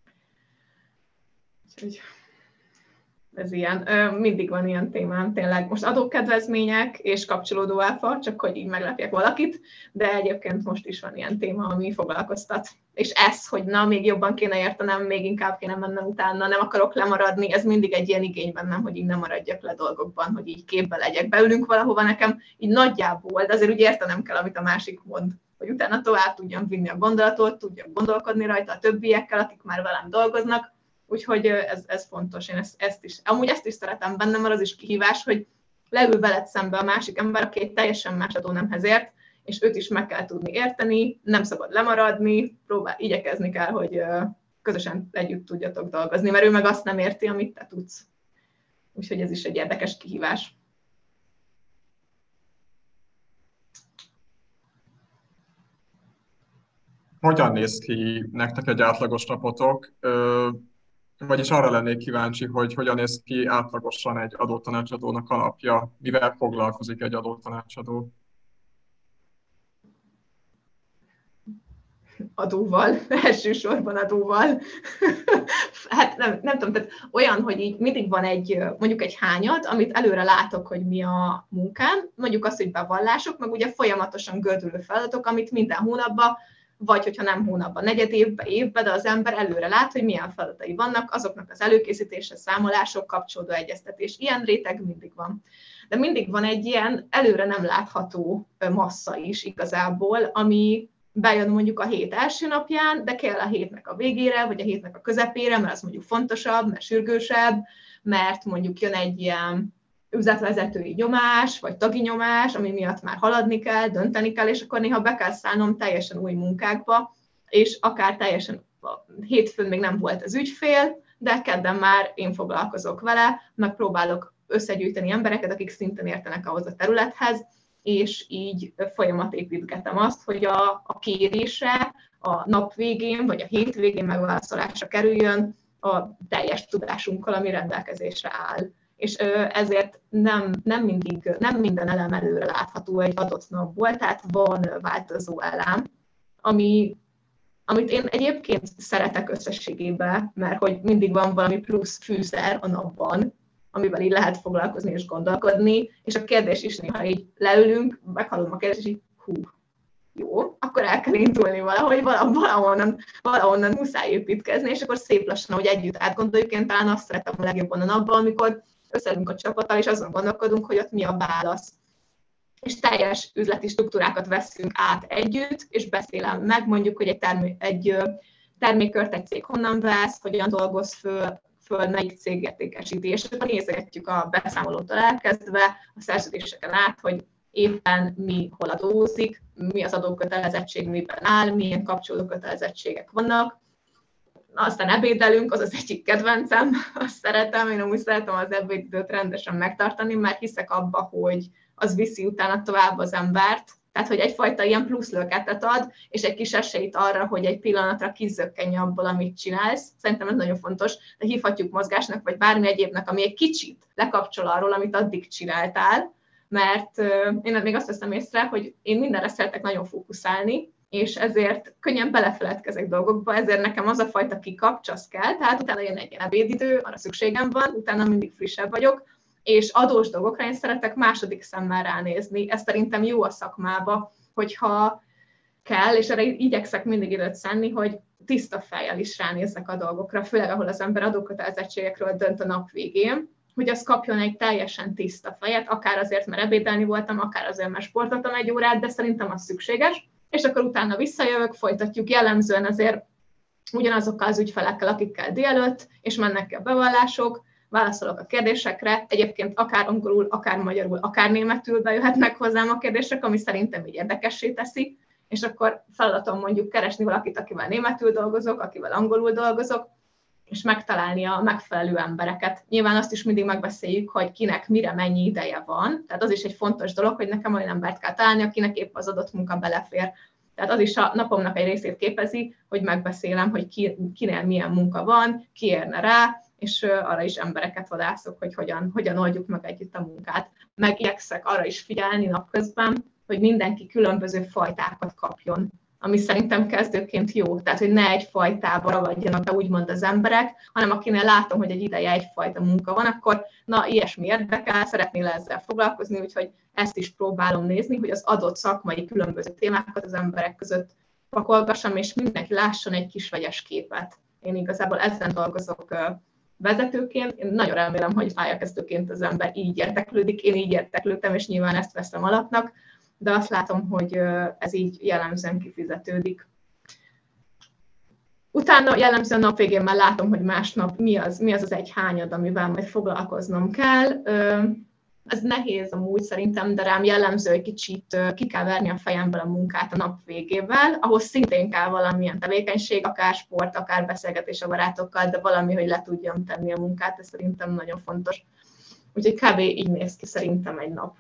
Úgyhogy ez ilyen, mindig van ilyen témám, tényleg. Most adókedvezmények és kapcsolódó áfa, csak hogy így meglepjek valakit, de egyébként most is van ilyen téma, ami foglalkoztat. És ez, hogy na, még jobban kéne értenem, még inkább kéne mennem utána, nem akarok lemaradni, ez mindig egy ilyen igény bennem, hogy így nem maradjak le dolgokban, hogy így képbe legyek. Beülünk valahova nekem, így nagyjából, de azért úgy értenem kell, amit a másik mond, hogy utána tovább tudjam vinni a gondolatot, tudjak gondolkodni rajta a többiekkel, akik már velem dolgoznak. Úgyhogy ez fontos, én ezt is szeretem bennem, mert az is kihívás, hogy leül veled szembe a másik ember, aki egy teljesen más adónemhez ért, és őt is meg kell tudni érteni, nem szabad lemaradni, igyekezni kell, hogy közösen együtt tudjatok dolgozni, mert ő meg azt nem érti, amit te tudsz. Úgyhogy ez is egy érdekes kihívás. Hogyan néz ki nektek egy átlagos napotok? Vagyis arra lennék kíváncsi, hogy hogyan néz ki átlagosan egy adótanácsadónak a napja, mivel foglalkozik egy adótanácsadó? Adóval, elsősorban adóval. Hát nem tudom, tehát olyan, hogy így mindig van mondjuk egy hányad, amit előre látok, hogy mi a munkám, mondjuk azt, hogy bevallások, meg ugye folyamatosan gördülő feladatok, amit minden hónapban, vagy hogyha nem hónapban, negyed évben, de az ember előre lát, hogy milyen feladatai vannak, azoknak az előkészítése, számolások, kapcsolódó egyeztetés, ilyen réteg mindig van. De mindig van egy ilyen előre nem látható massza is igazából, ami bejön mondjuk a hét első napján, de kell a hétnek a végére, vagy a hétnek a közepére, mert az mondjuk fontosabb, mert sürgősebb, mert mondjuk jön egy ilyen üzletvezetői nyomás, vagy tagi nyomás, ami miatt már haladni kell, dönteni kell, és akkor néha be kell szállnom teljesen új munkákba, és akár teljesen hétfőn még nem volt az ügyfél, de kedden már én foglalkozok vele, megpróbálok összegyűjteni embereket, akik szintén értenek ahhoz a területhez, és így folyamatépítgetem azt, hogy a kérésre a nap végén, vagy a hétvégén megválaszolásra kerüljön a teljes tudásunkkal, ami rendelkezésre áll. és ezért nem minden elem előre látható egy adott napból, tehát van változó elem, amit én egyébként szeretek összességében, mert hogy mindig van valami plusz fűszer a napban, amivel így lehet foglalkozni és gondolkodni, és a kérdés is néha így leülünk, meghallom a kérdést, és így jó, akkor el kell indulni valahogy, valahonnan muszáj építkezni, és akkor szép lassan, hogy együtt átgondoljuk, én talán azt szeretem a legjobban a napban, amikor összeülünk a csapattal, és azon gondolkodunk, hogy ott mi a válasz. És teljes üzleti struktúrákat veszünk át együtt, és beszélem meg, mondjuk, hogy egy termékkört egy cég honnan vesz, hogyan dolgoz föl melyik cég értékesíti, és akkor nézegetjük a beszámolótól elkezdve, a szerződéseken át, hogy éppen mi hol adózik, mi az adókötelezettség, miben áll, milyen kapcsolókötelezettségek vannak. Aztán ebédelünk, az az egyik kedvencem, azt szeretem, én amúgy szeretem az ebédidőt rendesen megtartani, mert hiszek abba, hogy az viszi utána tovább az embert, tehát hogy egyfajta ilyen plusz löketet ad, és egy kis esélyt arra, hogy egy pillanatra kizökkenj abból, amit csinálsz. Szerintem ez nagyon fontos, de hívhatjuk mozgásnak, vagy bármi egyébnek, ami egy kicsit lekapcsol arról, amit addig csináltál, mert én még azt veszem észre, hogy én mindenre szeretek nagyon fókuszálni, és ezért könnyen belefeledkezek dolgokba, ezért nekem az a fajta kikapcsasz kell, tehát utána jön egy ebédidő, arra szükségem van, utána mindig frissebb vagyok, és adós dolgokra én szeretek második szemmel ránézni. Ez szerintem jó a szakmába, hogyha kell, és erre igyekszek mindig időt szánni, hogy tiszta fejjel is ránézzek a dolgokra, főleg ahol az ember adókötelezettségekről dönt a nap végén, hogy az kapjon egy teljesen tiszta fejet, akár azért, mert ebédelni voltam, akár azért, mert sportoltam egy órát, de szerintem az szükséges, és akkor utána visszajövök, folytatjuk jellemzően azért ugyanazokkal az ügyfelekkel, akikkel délelőtt, és mennek a bevallások, válaszolok a kérdésekre, egyébként akár angolul, akár magyarul, akár németül bejöhetnek hozzám a kérdések, ami szerintem így érdekessé teszi, és akkor feladatom mondjuk keresni valakit, akivel németül dolgozok, akivel angolul dolgozok, és megtalálni a megfelelő embereket. Nyilván azt is mindig megbeszéljük, hogy kinek mire mennyi ideje van, tehát az is egy fontos dolog, hogy nekem olyan embert kell találni, akinek épp az adott munka belefér. Tehát az is a napomnak egy részét képezi, hogy megbeszélem, hogy kinél milyen munka van, ki érne rá, és arra is embereket vadászok, hogy hogyan oldjuk meg együtt a munkát. Megigyekszek arra is figyelni napközben, hogy mindenki különböző fajtákat kapjon, ami szerintem kezdőként jó. Tehát, hogy ne egy fajtába ragadjanak be úgymond az emberek, hanem akinél látom, hogy egy ideje egyfajta munka van, akkor na, ilyesmi érdekel, szeretnél ezzel foglalkozni, úgyhogy ezt is próbálom nézni, hogy az adott szakmai különböző témákat az emberek között pakolgassam, és mindenki lásson egy kis vegyes képet. Én igazából ezen dolgozok vezetőként. Én nagyon remélem, hogy pályakezdőként az ember így érdeklődik, én így érdeklődtem, és nyilván ezt veszem alapnak, de azt látom, hogy ez így jellemzően kifizetődik. Utána jellemzően nap végén már látom, hogy másnap mi az egy hányad, amivel majd foglalkoznom kell. Ez nehéz amúgy szerintem, de rám jellemző, hogy kicsit ki kell verni a fejemből a munkát a nap végével, ahhoz szintén kell valamilyen tevékenység, akár sport, akár beszélgetés a barátokkal, de valami, hogy le tudjam tenni a munkát, ez szerintem nagyon fontos. Úgyhogy kb. Így néz ki szerintem egy nap.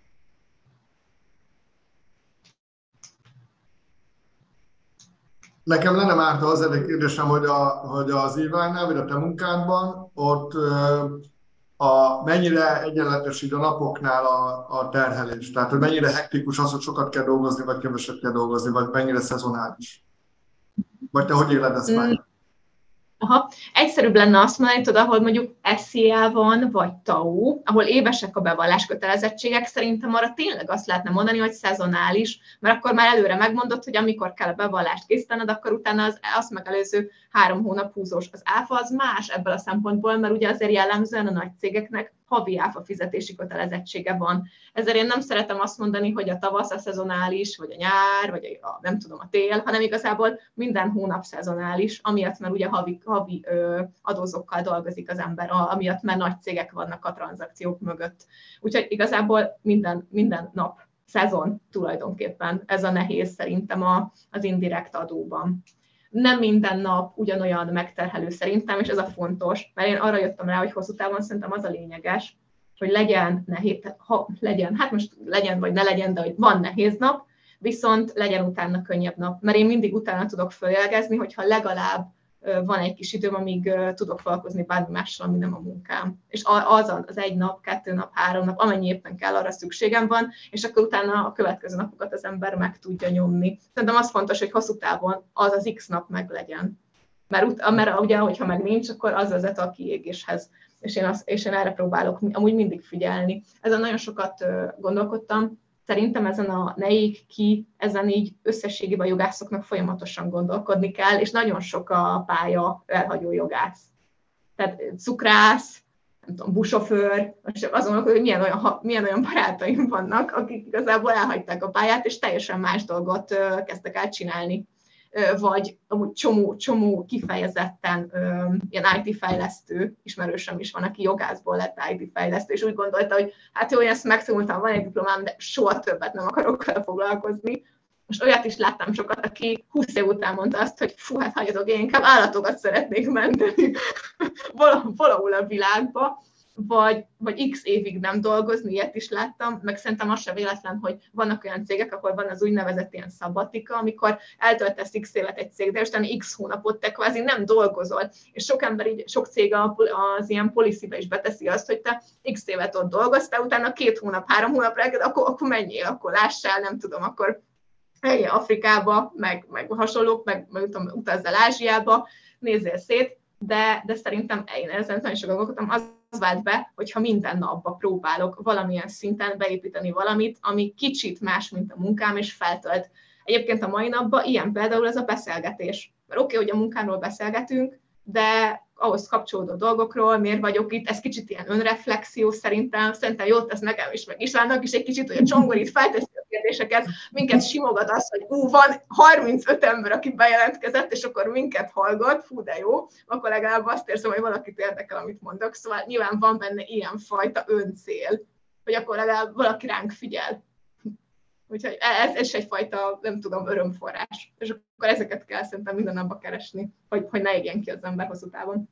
Nekem lenne már az egyik kérdésem, hogy az Iványnál, vagy a te munkádban, ott mennyire egyenletesít a napoknál a terhelés? Tehát, hogy mennyire hektikus az, hogy sokat kell dolgozni, vagy keveset kell dolgozni, vagy mennyire szezonális? Vagy te hogy éled ezt meg? Egyszerűbb lenne azt mondani, tudod, ahol mondjuk SZIA van, vagy TAO, ahol évesek a bevallás kötelezettségek, szerintem arra tényleg azt lehetne mondani, hogy szezonális, mert akkor már előre megmondod, hogy amikor kell a bevallást készítened, akkor utána azt megelőző 3 hónap húzós. Az áfa az más ebből a szempontból, mert ugye azért jellemzően a nagy cégeknek havi áfa fizetési kötelezettsége van. Ezért én nem szeretem azt mondani, hogy a tavasz a szezonális, vagy a nyár, vagy a tél, hanem igazából minden hónap szezonális, amiatt mert ugye havi adózókkal dolgozik az ember, amiatt mert nagy cégek vannak a tranzakciók mögött. Úgyhogy igazából minden nap szezon tulajdonképpen. Ez a nehéz szerintem az indirekt adóban. Nem minden nap ugyanolyan megterhelő szerintem, és ez a fontos, mert én arra jöttem rá, hogy hosszú távon szerintem az a lényeges, hogy legyen nehéz, legyen vagy ne legyen, de hogy van nehéz nap, viszont legyen utána könnyebb nap, mert én mindig utána tudok följelegezni, hogyha legalább van egy kis időm, amíg tudok foglalkozni bármi mással, ami nem a munkám. És az egy nap, 2 nap, 3 nap, amennyi éppen kell, arra szükségem van, és akkor utána a következő napokat az ember meg tudja nyomni. Szerintem az fontos, hogy hosszú távon az X nap meg legyen. Mert ugye, hogyha meg nincs, akkor az vezet a kiégéshez. És én erre próbálok amúgy mindig figyelni. Ezen nagyon sokat gondolkodtam. Szerintem ezen a ne ég ki, ezen így összességében a jogászoknak folyamatosan gondolkodni kell, és nagyon sok a pálya elhagyó jogász. Tehát cukrász, nem tudom, buszsofőr, most azon, hogy milyen olyan barátaim vannak, akik igazából elhagyták a pályát, és teljesen más dolgot kezdtek el csinálni. Vagy amúgy csomó kifejezetten ilyen IT-fejlesztő ismerősöm is van, aki jogászból lett IT-fejlesztő, és úgy gondolta, hogy hát jó, én ezt megtanultam, van egy diplomám, de soha többet nem akarok vele foglalkozni. Most olyat is láttam sokat, aki 20 év után mondta azt, hogy fú, hát hagyjatok, én inkább állatokat szeretnék menteni valahol a világba, vagy x évig nem dolgozni, ilyet is láttam, meg szerintem az sem véletlen, hogy vannak olyan cégek, ahol van az úgynevezett ilyen szabatika, amikor eltöltesz x évet egy cégnél, és utána x hónapot te kvázi nem dolgozol. És sok ember, sok cég az ilyen policybe is beteszi azt, hogy te x évet ott dolgoztál, utána 2 hónap, 3 hónapra, akkor menjél, akkor lássál, nem tudom, akkor eljél Afrikába, meg hasonlók, meg utazzál Ázsiába, nézzél szét, de szerintem én ezen nagyon sokat gondolkodtam, az vált be, hogyha minden napban próbálok valamilyen szinten beépíteni valamit, ami kicsit más, mint a munkám, és feltölt. Egyébként a mai napban ilyen például ez a beszélgetés. Mert oké, hogy a munkáról beszélgetünk, de ahhoz kapcsolódó dolgokról, miért vagyok itt, ez kicsit ilyen önreflexió szerintem jót tesz nekem is, meg Istvánnak is egy kicsit, hogy a Csongor itt felteszi a kérdéseket, minket simogat az, hogy van 35 ember, aki bejelentkezett, és akkor minket hallgat, fú de jó, akkor legalább azt érzem, hogy valakit érdekel, amit mondok, szóval nyilván van benne ilyenfajta öncél, hogy akkor legalább valaki ránk figyel. Úgyhogy ez is egyfajta, nem tudom, örömforrás. És akkor ezeket kell szerintem minden napba keresni, hogy ne égjen ki az ember hosszú távon.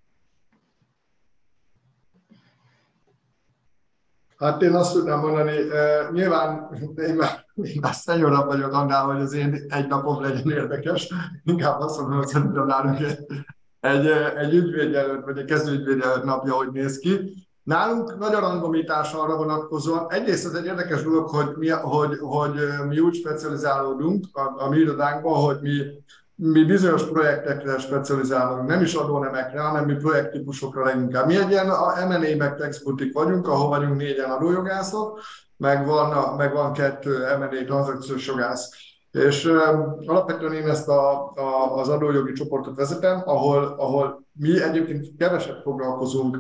Hát én azt tudnám mondani, nyilván én már szenyorabb vagyok annál, hogy az én egy napom legyen érdekes. Inkább azt mondom, hogy szerintem nálunk egy ügyvédjelölt, vagy egy kezdőügyvédjelölt napja, hogy néz ki. Nálunk nagy a rangomítás arra vonatkozóan. Egyrészt ez egy érdekes dolog, hogy mi úgy specializálódunk a mi irodánkban, hogy mi bizonyos projektekre specializálunk, nem is adónemekre, hanem mi projekttípusokra leginkább. Mi egy ilyen M&A meg tax boutique vagyunk, ahol vagyunk 4-en adójogászok, meg van 2 M&A tranzakciós jogász. És alapvetően én ezt az adójogi csoportot vezetem, ahol mi egyébként keveset foglalkozunk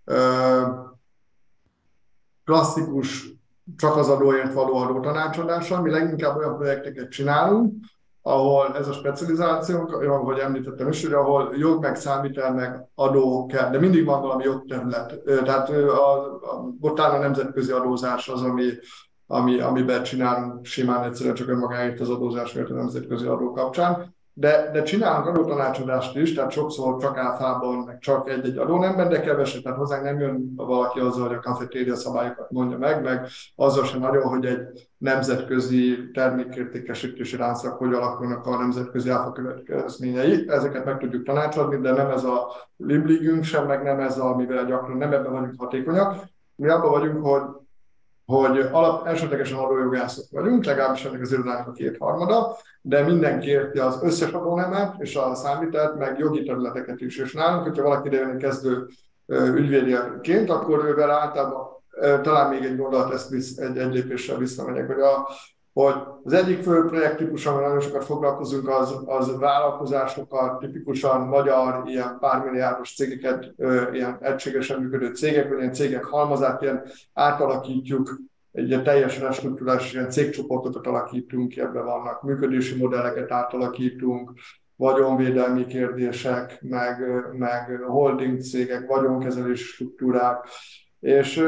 klasszikus, csak az adóért való adótanácsadással. Mi leginkább olyan projekteket csinálunk, ahol ez a specializációnk, ahogy említettem is, hogy ahol jog, meg számvitel, meg adó kell, de mindig van valami jogterület. Tehát ott áll a nemzetközi adózás az, amiben csinálunk simán egyszerűen csak önmagáért az adózás miatt a nemzetközi adó kapcsán. De csinálunk adótanácsadást is, tehát sokszor csak áfában, meg csak egy adónemben, de keveset, tehát hozzánk nem jön valaki azzal, hogy a kafetéria szabályokat mondja meg azzal sem nagyon, hogy egy nemzetközi termékértékesítési láncnak hogy alakulnak a nemzetközi áfa következményei. Ezeket meg tudjuk tanácsadni, de nem ez a libligünk sem, meg nem ez, amivel gyakran nem ebben vagyunk hatékonyak. Mi abban vagyunk, hogy elsődlegesen adójogászok vagyunk, legalábbis ennek az irodának a 2/3, de mindenki érti az összes adónemet és a számvitelt, meg jogi területeket is. És nálunk, hogyha valaki idejön kezdő ügyvédjeként, akkor ővel általában talán még egy gondolat, ezt egy lépéssel visszamegyek, hogy az egyik fő projekttípus, amivel nagyon sokat foglalkozunk, az vállalkozásokkal, tipikusan magyar, ilyen pár milliárdos cégeket, ilyen egységesen működő cégek, vagy ilyen cégek halmazát, ilyen átalakítjuk, egy teljes restruktúrás, ilyen cégcsoportokat alakítunk ki, ebben vannak működési modelleket átalakítunk, vagyonvédelmi kérdések, meg holding cégek, vagyonkezelési struktúrák, és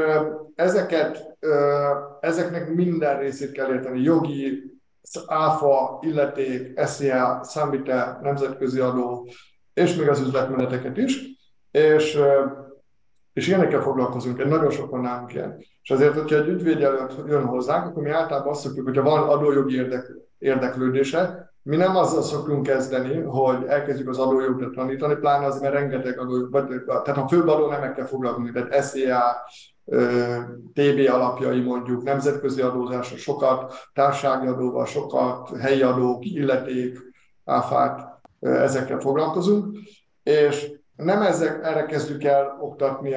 ezeknek minden részét kell érteni, jogi, áfa, illeték, SZIA, számvitel, nemzetközi adó, és még az üzletmeneteket is, és ilyenekkel foglalkozunk, nagyon sokan nálunk ilyen. És azért, hogyha egy ügyvédjelölt jön hozzánk, akkor mi általában azt szoktuk, hogyha van adójogi érdeklődése, mi nem azzal szoktunk kezdeni, hogy elkezdjük az adójogot tanítani, pláne azért, mert rengeteg adójog, tehát a főbb adónemekkel foglalkozunk, tehát SZIA, TB alapjai mondjuk, nemzetközi adózásra sokat, társasági adóval sokat, helyi adók, illeték, áfák, ezekkel foglalkozunk, és nem erre kezdjük el oktatni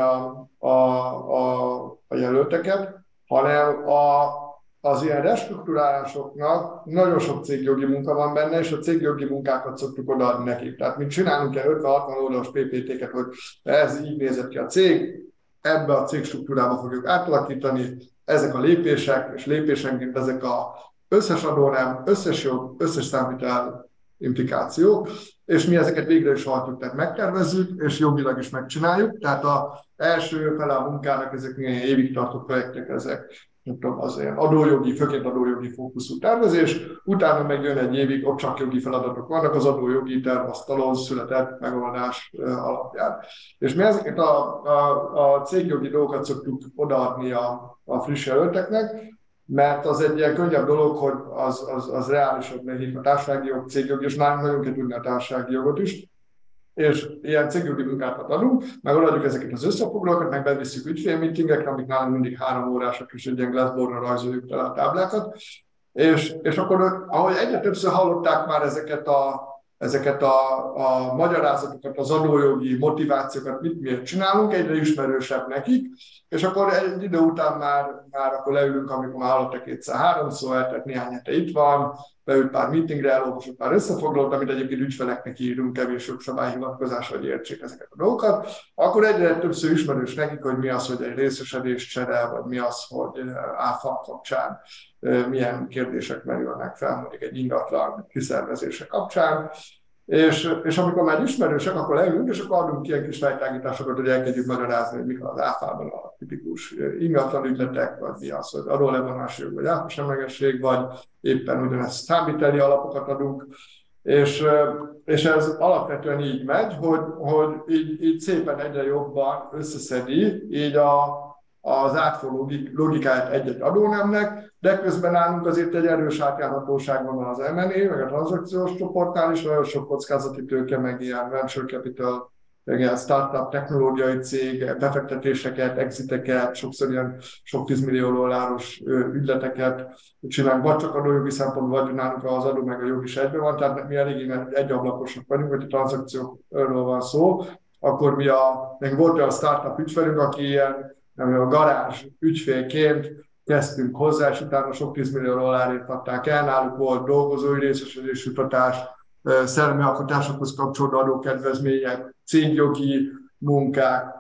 a jelölteket, hanem az ilyen restrukturálásoknak nagyon sok cégjogi munka van benne, és a cégjogi munkákat szoktuk odaadni nekik. Tehát mi csinálunk ilyen 50-60 oldalas PPT-ket, hogy ez így nézett ki a cég, ebbe a cégstruktúrába fogjuk átalakítani, ezek a lépések, és lépésenként ezek az összes adónem, összes jog, összes számvitel implikációk, és mi ezeket végre is hajtjuk, tehát megtervezzük, és jogilag is megcsináljuk. Tehát az első fele a munkának ezek milyen évig tartó projektek, ezek az ilyen adójogi, főként adójogi fókuszú tervezés, utána meg jön egy évig, ott csak jogi feladatok vannak, az adójogi tervasztalon született megoldás alapján. És mi ezeket a cégjogi dolgokat szoktuk odaadni a friss jelölteknek, mert az egy ilyen könnyebb dolog, hogy az reálisabb nekik a társasági jog, cégjog, és nálunk nagyon kell tudni a társasági jogot is, és ilyen cégjogi munkákat adunk, meg odaadjuk ezeket az összefoglalókat, meg bevisszük ügyfélmeetingekre, amik nálunk mindig 3 órásak, és egy ilyen glassboardra rajzoljuk tele a táblákat, és akkor, ahogy egyre többször hallották már ezeket a magyarázatokat, az adójogi motivációkat, mit miért csinálunk, egyre ismerősebb nekik, és akkor egy idő után már akkor leülünk, amikor már hallottak 2-3-szor, tehát néhány hete itt van, beült pár meetingre, elolvasott pár összefoglalót, amit egyébként ügyfeleknek írunk, kevés jogszabályhivatkozásra, hogy értsék ezeket a dolgokat, akkor egyre többször ismerős nekik, hogy mi az, hogy egy részesedés csere, vagy mi az, hogy áfa kapcsán milyen kérdések merülnek fel, mondjuk egy ingatlan kiszervezése kapcsán. És amikor már ismerősek, akkor leülünk, és akkor adunk ilyen kis fejtágításokat, hogy elkezdjük magyarázni, hogy mik az áfában a tipikus ingatlan ügyletek, vagy mi az, hogy adólevonási jog, vagy áfasemlegesség, vagy éppen ugyanezt számviteli alapokat adunk. És ez alapvetően így megy, hogy így szépen egyre jobban összeszedi így az átfogó logikáját egy-egy adónemnek, de közben nálunk azért egy erős átjárhatóság van az M&A, meg a tranzakciós csoportnál is, nagyon sok kockázati tőke, meg ilyen venture capital, meg ilyen startup, technológiai cég, befektetéseket, exiteket, sokszor ilyen sok 10 millió dolláros ügyleteket csinálunk, vagy csak adójogi szempontból, vagy nálunk az adó meg a jog is egyben van, tehát mi eléggé egyablakosok vagyunk, hogy a tranzakciókról van szó, akkor meg volt olyan startup ügyfelünk, aki ilyen a garázs ügyfélként kezdtünk hozzá, és utána sok 10 millió dollárért adták el, náluk volt dolgozói részesedésű jutatás, szellemi alkotásokhoz kapcsolódó adókedvezmények, cégjogi munkák,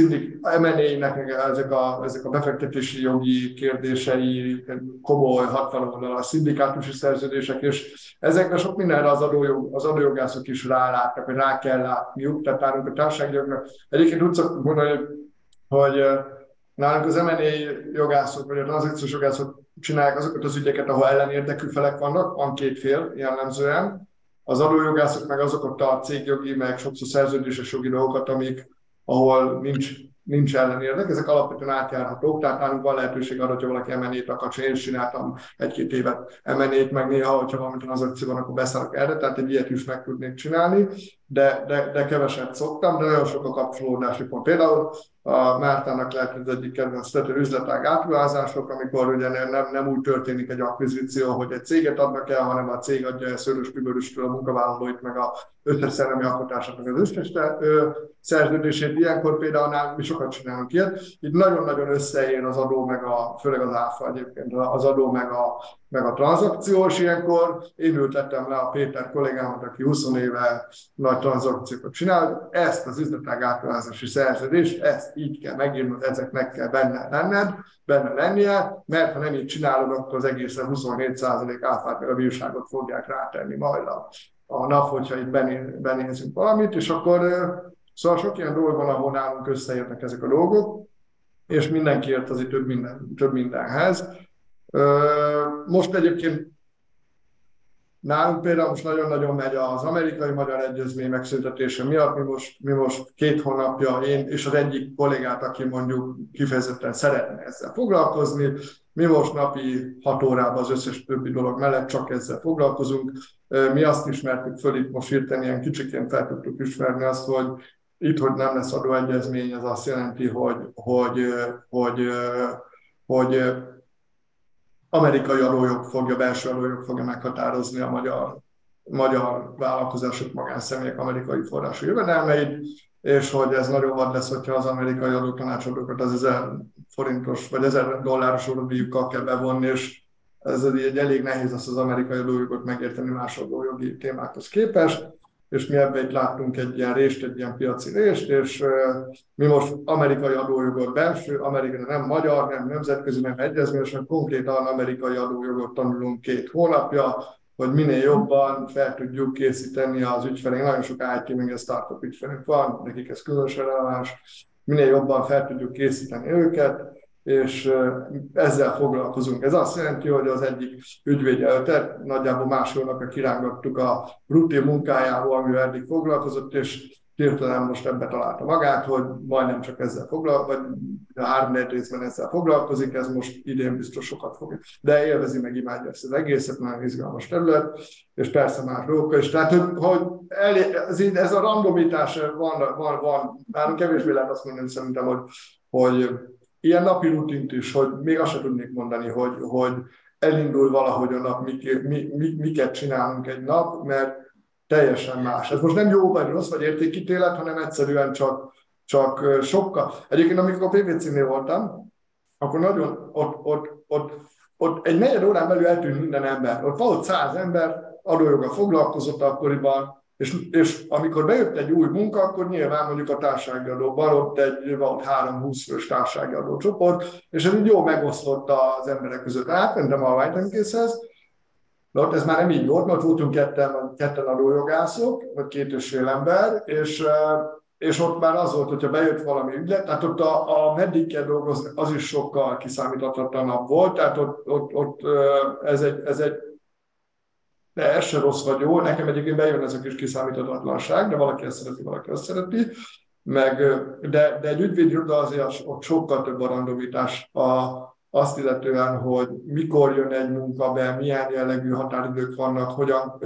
M&A-nek ezek a befektetési jogi kérdései, komoly 60 oldalas szindikátusi szerződések, és ezekre sok mindenre az adójogászok is rálátnak, hogy rá kell látniuk, tehát nálunk a társasági jognak. Egyébként úgy szoktuk mondani, hogy nálunk az M&A jogászok, vagy a tranzakciós jogászok csinálják azokat az ügyeket, ahol ellenérdekű felek vannak, van 2 fél jellemzően. Az adójogászok meg azokat a cégjogi, meg sokszor szerződéses jogi dolgokat, ahol nincs ellenérdek, ezek alapvetően átjárhatók, tehát nálunk van lehetőség arra, hogyha valaki M&A-t akar, én is csináltam 1-2 évet M&A-t, meg néha, hogyha valami tranzakció van, akkor beszállok erre, tehát egy ilyet is meg tudnék csinálni, de keveset szoktam, de nagyon sok a kapcsolódási pont. Például a Mártának lehet az egyik kedvenc üzletág átruházások, amikor ugye nem úgy történik egy akvizíció, hogy egy céget adnak el, hanem a cég adja el szőrös-piberösről a munkavállalóit, meg az összes szellemi alkotását, meg az összes szerződését. Ilyenkor például mi sokat csinálunk ilyet. Itt nagyon-nagyon összeér az adó, főleg az áfa egyébként, az adó meg a tranzakciós. Ilyenkor én ültettem le a Péter kollégámat, aki 20 éve nagy tranzakciókat csinál, ezt az üzletág átruházási szerződést, ezt így kell megírnod, ezeknek kell benne lennie, mert ha nem így csinálod, akkor az egészen 27% áfát meg a bírságot fogják rátenni majd a nap, hogyha itt benézünk valamit, és akkor szóval sok ilyen dolog van, ahol nálunk összeérnek ezek a dolgok, és mindenki ért azért több mindenhez. Most egyébként Nálunk például most nagyon-nagyon megy az amerikai-magyar egyezmény megszüntetése miatt, mi most 2 hónapja, én és az egyik kollégát, aki mondjuk kifejezetten szeretne ezzel foglalkozni, mi most napi 6 órában az összes többi dolog mellett csak ezzel foglalkozunk. Mi azt ismertük föl, itt most hirtelen ilyen kicsiként fel tudtuk ismerni azt, hogy itt, hogy nem lesz adóegyezmény, az azt jelenti, hogy amerikai adójog fogja, belső adójog fogja meghatározni a magyar vállalkozások, magánszemélyek amerikai forrású jövedelmeit, és hogy ez nagyon vad lesz, hogyha az amerikai adótanácsadókat az 1000 forintos vagy 1000 dolláros óradíjukkal kell bevonni, és ez egy elég nehéz az amerikai adójogot megérteni más adójogi témákhoz képest, és mi ebben itt láttunk egy ilyen rést, egy ilyen piaci rést, és mi most amerikai adójogot belső, amerikai nem magyar, nem nemzetközi, nem egyezményes, hanem konkrétan amerikai adójogot tanulunk 2 hónapja, hogy minél jobban fel tudjuk készíteni az ügyfeleink. Nagyon sok IT, meg a startup ügyfelünk van, nekik ez különösen releváns, minél jobban fel tudjuk készíteni őket, és ezzel foglalkozunk. Ez azt jelenti, hogy az egyik ügyvédjelöltet nagyjából másfél napja kirángattuk a rutin munkájából, amivel eddig foglalkozott, és hirtelen most ebbe találta magát, hogy majdnem csak ezzel foglalkozik, vagy a 3-4 részben ezzel foglalkozik, ez most idén biztos sokat fog. De élvezi, meg imádja ezt az egészet, nagyon izgalmas terület, és persze más dolgokkal is. Tehát, hogy ez a randomitás van, már kevésbé lehet azt mondani szerintem, hogy ilyen napi rutint is, hogy még azt sem tudnék mondani, hogy elindul valahogy a nap, miket csinálunk egy nap, mert teljesen más. Ez most nem jó vagy rossz, vagy értékítélet, hanem egyszerűen csak sokkal. Egyébként, amikor a PVC-nél voltam, akkor nagyon ott egy 4 órán belül eltűnt minden ember. Ott volt 100 ember, adójoggal foglalkozott akkoriban, és amikor bejött egy új munka, akkor nyilván mondjuk a társasági adóban ott volt 3-20 fős társasági adócsoport, és ez így jól megosztott az emberek között. Átmentem a White&Case-hez, de ott ez már nem így volt, mert voltunk ketten adójogászok, vagy 2,5 ember, és ott már az volt, hogyha bejött valami ügylet, tehát ott meddig kell dolgozni, az is sokkal kiszámíthatatlanabb volt, tehát ott ez egy de ez se rossz vagy jó, nekem egyébként bejön ez a kis kiszámíthatatlanság, de valaki ezt szereti, valaki azt szereti, de egy ügyvédiroda azért ott sokkal több a randomitás azt illetően, hogy mikor jön egy munka be, milyen jellegű határidők vannak, hogyan,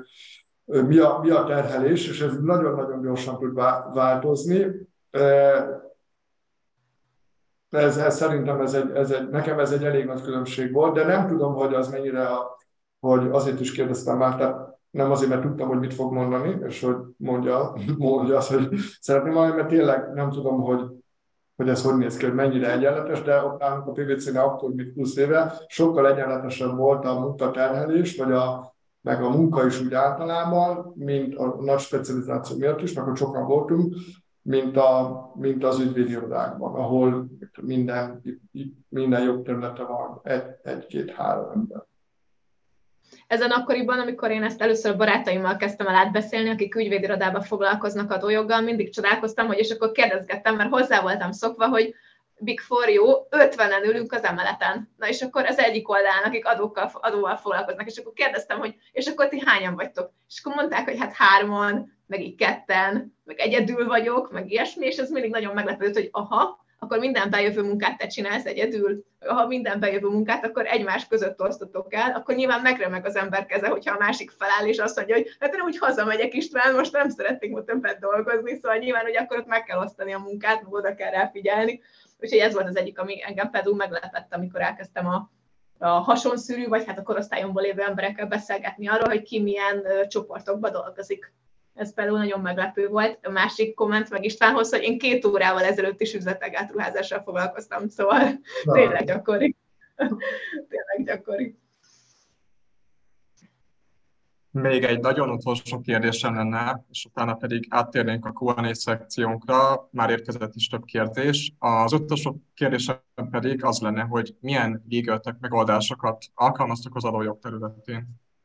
mi a terhelés, és ez nagyon-nagyon gyorsan tud változni. Szerintem nekem ez egy elég nagy különbség volt, de nem tudom, hogy az mennyire, hogy azért is kérdeztem már, tehát nem azért, mert tudtam, hogy mit fog mondani, és hogy mondja azt, hogy szeretném valami, mert tényleg nem tudom, hogy ez hogy néz ki, hogy mennyire egyenletes, de ott nálunk a PVC-nél akkor, mint 20 éve, sokkal egyenletesebb volt a munkaterhelés, meg a munka is úgy általában, mint a nagy specializáció miatt is, meg hogy sokan voltunk, mint az ügyvédirodákban, ahol minden jogterülete van, 1-2-3 ember. Ezen akkoriban, amikor én ezt először a barátaimmal kezdtem el átbeszélni, akik ügyvédirodában foglalkoznak adójoggal, mindig csodálkoztam, hogy és akkor kérdezgettem, mert hozzá voltam szokva, hogy Big for you, 50-en ülünk az emeleten. Na és akkor az egyik oldalán, akik adóval foglalkoznak, és akkor kérdeztem, hogy és akkor ti hányan vagytok? És akkor mondták, hogy hát 3-an, meg így 2-en, meg egyedül vagyok, meg ilyesmi, és ez mindig nagyon meglepődött, hogy aha, akkor minden bejövő munkát te csinálsz egyedül, ha minden bejövő munkát, akkor egymás között osztotok el, akkor nyilván megremeg az ember keze, hogyha a másik feláll, és azt mondja, hogy hát én úgy hazamegyek István, most nem szeretnék most többet dolgozni, szóval nyilván, hogy akkor ott meg kell osztani a munkát, oda kell rá figyelni. Úgyhogy ez volt az egyik, ami engem például meglepett, amikor elkezdtem a hasonszűrű, vagy hát a korosztályomból lévő emberekkel beszélgetni arról, hogy ki milyen csoportokban dolgozik. Ez például nagyon meglepő volt. A másik komment meg Istvánhoz, hogy én 2 órával ezelőtt is üzletek átruházással foglalkoztam, szóval tényleg gyakori. Tényleg gyakori. Még egy nagyon utolsó kérdésem lenne, és utána pedig áttérnénk a Q&A szekciónkra, már érkezett is több kérdés. Az utolsó kérdésem pedig az lenne, hogy milyen legal tech megoldásokat alkalmaztak az adójog területén?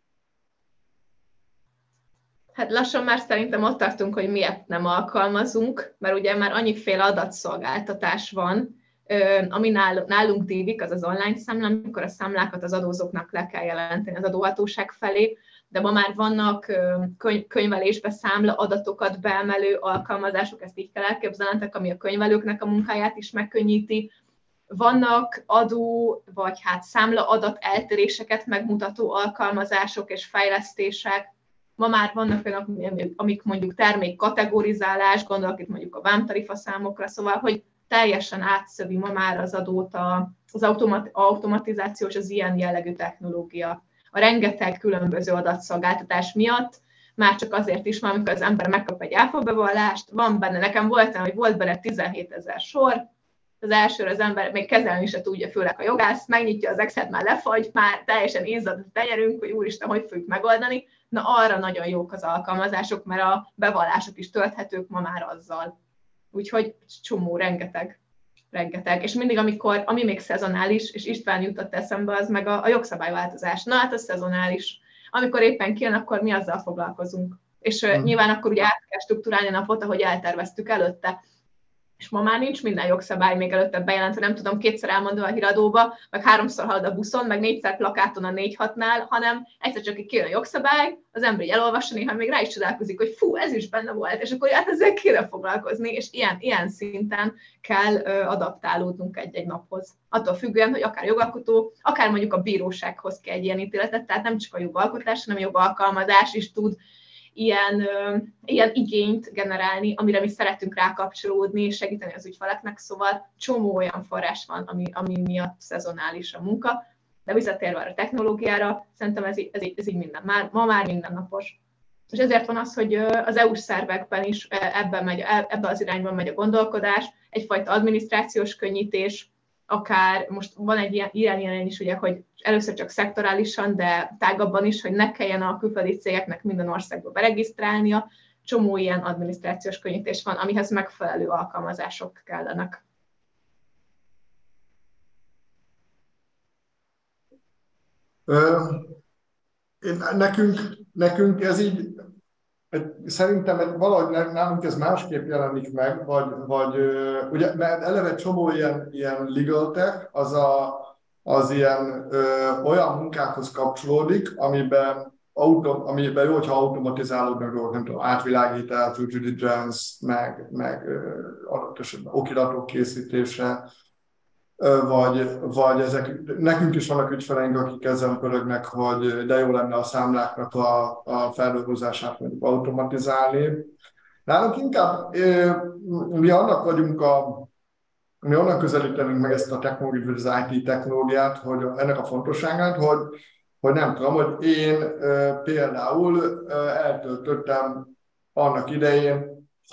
Hát lassan már szerintem ott tartunk, hogy miért nem alkalmazunk, mert ugye már annyiféle adatszolgáltatás van, ami nálunk dívik, az az online számla, amikor a számlákat az adózóknak le kell jelenteni az adóhatóság felé. de ma már vannak könyvelésbe számla adatokat beemelő alkalmazások, ezt így kell elképzelnetek, ami a könyvelőknek a munkáját is megkönnyíti. Vannak adó vagy számla adat eltéréseket megmutató alkalmazások és fejlesztések. Ma már vannak olyanok, amik mondjuk termékkategorizálás, gondolok itt mondjuk a vámtarifa számokra, szóval, hogy teljesen átszövi ma már az adót az automatizáció és az ilyen jellegű technológia. A rengeteg különböző adatszolgáltatás miatt, már csak azért is, amikor az ember megkap egy áfa bevallást, van benne, nekem volt benne 17 000 sor, az elsőre az ember még kezelni se tudja, főleg a jogász, megnyitja az Excel-t, már lefagy, már teljesen izzad a tenyerünk, hogy úristen, hogy fogjuk megoldani. Na arra nagyon jók az alkalmazások, mert a bevallások is tölthetők ma már azzal. Úgyhogy csomó, rengeteg. És mindig, ami még szezonális, és István jutott eszembe, az meg a jogszabályváltozás. Na hát az szezonális. Amikor éppen kijön, akkor mi azzal foglalkozunk. És nyilván akkor ugye át kell struktúrálni a napot, ahogy elterveztük előtte. És ma már nincs minden jogszabály még előtte bejelentve, nem tudom, 2-szer elmondva a híradóba, meg 3-szor halad a buszon, meg 4-szer plakáton a 4-6-nál, hanem egyszer csak kijön a jogszabály, az ember így elolvassa, néha még rá is csodálkozik, hogy fú, ez is benne volt, és akkor hát ezzel kéne foglalkozni, és ilyen szinten kell adaptálódnunk egy naphoz. Attól függően, hogy akár jogalkotó, akár mondjuk a bírósághoz kell egy ilyen ítéletet, tehát nem csak a jogalkotás, hanem a jogalkalmazás is tud ilyen igényt generálni, amire mi szeretünk rákapcsolódni és segíteni az ügyfeleknek, szóval csomó olyan forrás van, ami miatt szezonális a munka, de visszatérve a technológiára, szerintem ez így minden, ma már mindennapos. És ezért van az, hogy az EU-s szervekben is ebbe az irányban megy a gondolkodás, egyfajta adminisztrációs könnyítés, akár most van egy ilyen is, ugye, hogy először csak szektorálisan, de tágabban is, hogy ne kelljen a külföldi cégeknek minden országba beregisztrálnia. Csomó ilyen adminisztrációs könnyítés van, amihez megfelelő alkalmazások kellenek. Nekünk ez így, szerintem valahogy nálunk ez másképp jelenik meg, vagy ugye, mert eleve csomó ilyen legal tech, az ilyen olyan munkákhoz kapcsolódik, amiben jó, hogyha automatizálódnak dolgok, nem tudom, átvilágítás, due diligence, meg adott esetben okiratok készítése, vagy nekünk is vannak ügyfeleink, akik ezen pörögnek, hogy de jó lenne a számláknak a feldolgozását mondjuk automatizálni. Nálunk inkább mi onnan közelítenünk meg ezt a technológiát, az IT technológiát, hogy ennek a fontosságát, hogy nem tudom, hogy én például eltöltöttem annak idején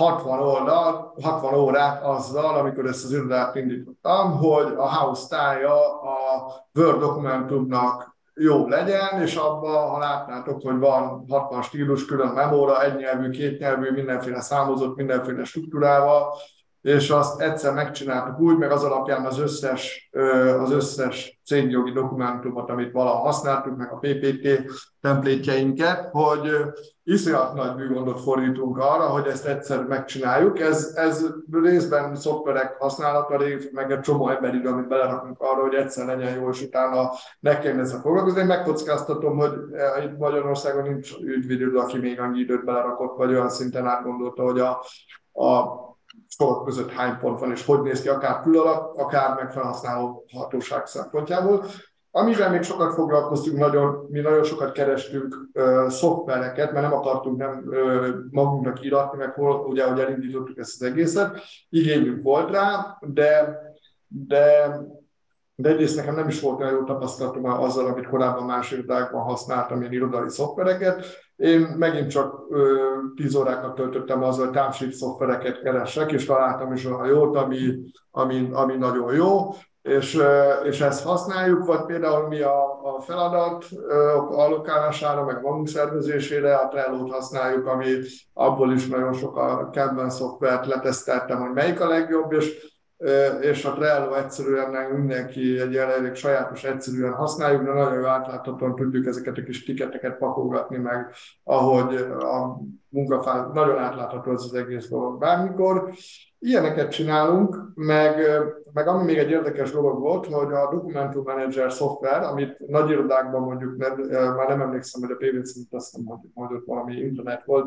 60 órát azzal, amikor ezt az irodát indítottam, hogy a house style-ja a Word dokumentumnak jó legyen, és abban, ha látnátok, hogy van 60 stílus, külön memóra, egynyelvű, kétnyelvű, mindenféle számozott, mindenféle struktúrával, és azt egyszer megcsináltuk úgy, meg az alapján az összes cégjogi dokumentumot, amit valaha használtuk, meg a PPT templétjeinket, hogy iszonyat nagy bűgondot fordítunk arra, hogy ezt egyszer megcsináljuk. Ez részben szoftverek használata, meg egy csomó emberidő, amit belerakunk arra, hogy egyszer legyen jó, és utána ne kelljen ezzel foglalkozni. Én megkockáztatom, hogy itt Magyarországon nincs ügyvédő, aki még annyi időt belerakott, vagy olyan szinten átgondolta, hogy a sorok között hány pont van, és hogy néz ki akár külalap, akár meg felhasználó hatóság szempontjából. Amivel még sokat foglalkoztunk, mi nagyon sokat kerestünk szoftvereket, mert nem akartunk magunknak íratni, meg ugye, hogy elindítottuk ezt az egészet. Igényünk volt rá, de egyrészt nekem nem is volt olyan jó tapasztalatom azzal, amit korábban más irodákban használtam, ilyen irodai szoftvereket. Én megint csak 10 órákat töltöttem azzal, hogy timesheet szoftvereket keresek, és találtam is olyan jót, ami nagyon jó, és ezt használjuk, vagy például mi a feladat allokálására, meg a magunk szervezésére a Trello-t használjuk, ami abból is nagyon sok a Kanban szoftvert leteszteltem, hogy melyik a legjobb, és és a Trello egyszerűen mindenki egy elég sajátos, egyszerűen használjuk, de nagyon jó átláthatóan tudjuk ezeket a kis tiketeket pakolgatni, meg ahogy a munkafán nagyon átlátható az egész dolog bármikor. Ilyeneket csinálunk, meg ami még egy érdekes dolog volt, hogy a Documentum Manager szoftver, amit nagy irodákban mondjuk, már nem emlékszem, hogy a PwC-t azt hiszem, hogy ott valami internet volt,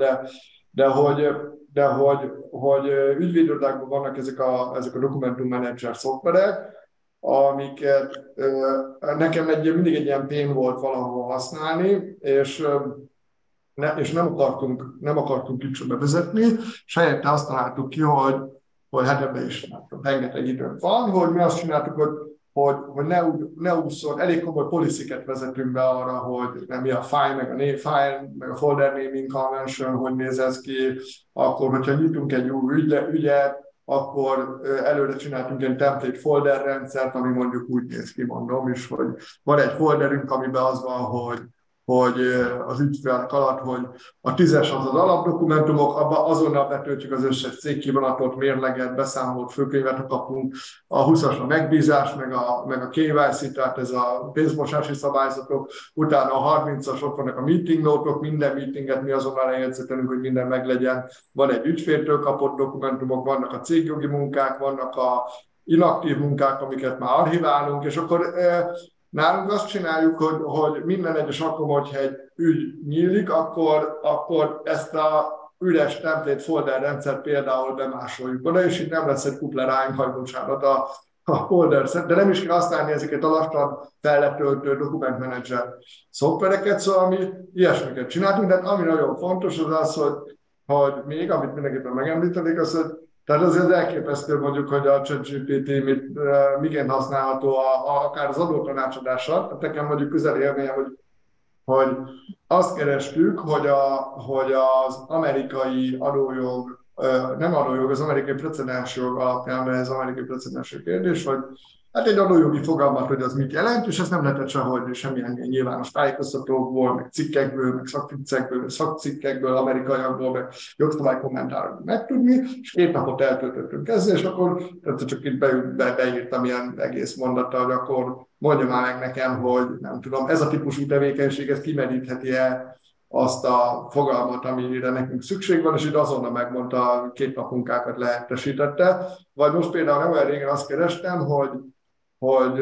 hogy ügyvédirodákban vannak ezek a Documentum Manager szoftverek, amiket nekem mindig egy ilyen pain volt valahol használni, és nem akartunk kicsit bevezetni, és helyette azt találtuk ki, hogy hát ebben is rengeteg időnk van, hogy mi azt csináltuk, hogy ne úszol, elég komoly policy-ket vezetünk be arra, hogy mi a file, meg a folder naming convention, hogy néz ez ki, akkor, hogyha nyitunk egy új ügyet, akkor előre csináltunk egy template folder rendszert, ami mondjuk úgy néz ki, mondom is, hogy van egy folderünk, amiben az van, hogy az ügyfélek alatt, hogy a 10-es az alapdokumentumok, abban azonnal betöltjük az összes cégkivonatot, mérleget, beszámolót, főkönyvet kapunk, a 20-as a megbízás, meg a KYC, tehát ez a pénzmosási szabályzatok, utána a 30-as ott vannak a meeting note-ok, minden meetinget mi azonnal eljegyzetelünk, hogy minden meglegyen. Van egy ügyféltől kapott dokumentumok, vannak a cégjogi munkák, vannak a inaktív munkák, amiket már archiválunk, és akkor nálunk azt csináljuk, hogy minden egyes alkalommal, hogyha egy ügy nyílik, akkor ezt a üres template folder rendszert például bemásoljuk oda, és itt nem lesz egy kuplerány, vagy bocsánat, a folder, de nem is kell használni ezeket a lassan felletöltő Document Manager szoftvereket, szóval mi ilyesmiket csináltunk, de ami nagyon fontos az, hogy még, amit mindenképpen megemlítenék, az, hogy tehát azért elképesztő mondjuk, hogy a ChatGPT miként használható akár az adótanácsadásra. Tehát nekem mondjuk közeli élményem, hogy azt kerestük, hogy az amerikai adójog, nem adójog, az amerikai precedensjog alapján, mert ez amerikai precedensjog kérdés, hogy hát egy adójogi fogalmat, hogy az mit jelent, és ezt nem lehetett sehogy semmilyen nyilvános tájékoztatókból, meg cikkekből, meg szakcikkekből, amerikaiakból, meg jogszabálykommentárokból megtudni, és 2 napot eltöltöttünk ezzel, és akkor csak itt beírtam ilyen egész mondattal, hogy akkor mondja már meg nekem, hogy nem tudom, ez a típusú tevékenység, ez kimerítheti-e azt a fogalmat, amire nekünk szükség van, és itt azonnal megmondta, 2 nap munkákat lehetősítette. Vagy most például nem olyan régen azt kerestem, hogy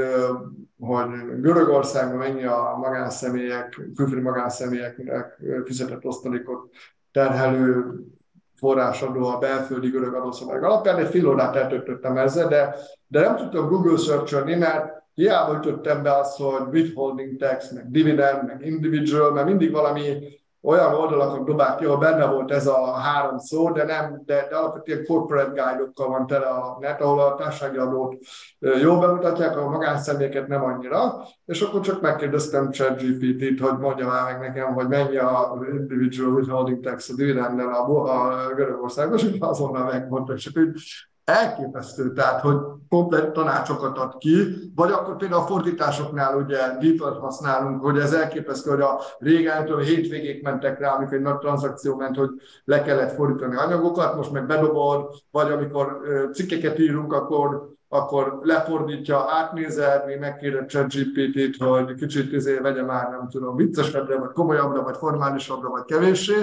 Görögországban mennyi a magánszemélyek, külföldi magánszemélyeknek fizetett osztalékot terhelő forrásadó a belföldi görög adószabályok alapján. Egy fél órát eltöltöttem ezzel, de nem tudtam Google search-ölni, mert hiába ütöttem be azt, hogy withholding tax, meg dividend, meg individual, mert mindig valami olyan oldalakon dobál ki, ahol benne volt ez a 3 szó, de alapvetően corporate guide-okkal van tele a net, ahol a társasági adót jól bemutatják, a magánszemélyeket nem annyira, és akkor csak megkérdeztem ChatGPT-t, hogy mondja már meg nekem, hogy mennyi a individual withholding tax a dividenden a Görögországban, és azonnal megmondta, és elképesztő, tehát, hogy komplett tanácsokat ad ki, vagy akkor például a fordításoknál ugye DeepL használunk, hogy ez elképesztő, hogy a régen hétvégék mentek rá, amikor egy nagy tranzakció ment, hogy le kellett fordítani anyagokat, most meg bedobod, vagy amikor cikkeket írunk, akkor lefordítja, átnézel, még megkérdez ChatGPT-t, hogy kicsit vegye már, nem tudom, viccesebbre, vagy komolyabbra, vagy formálisabbra, vagy kevéssé.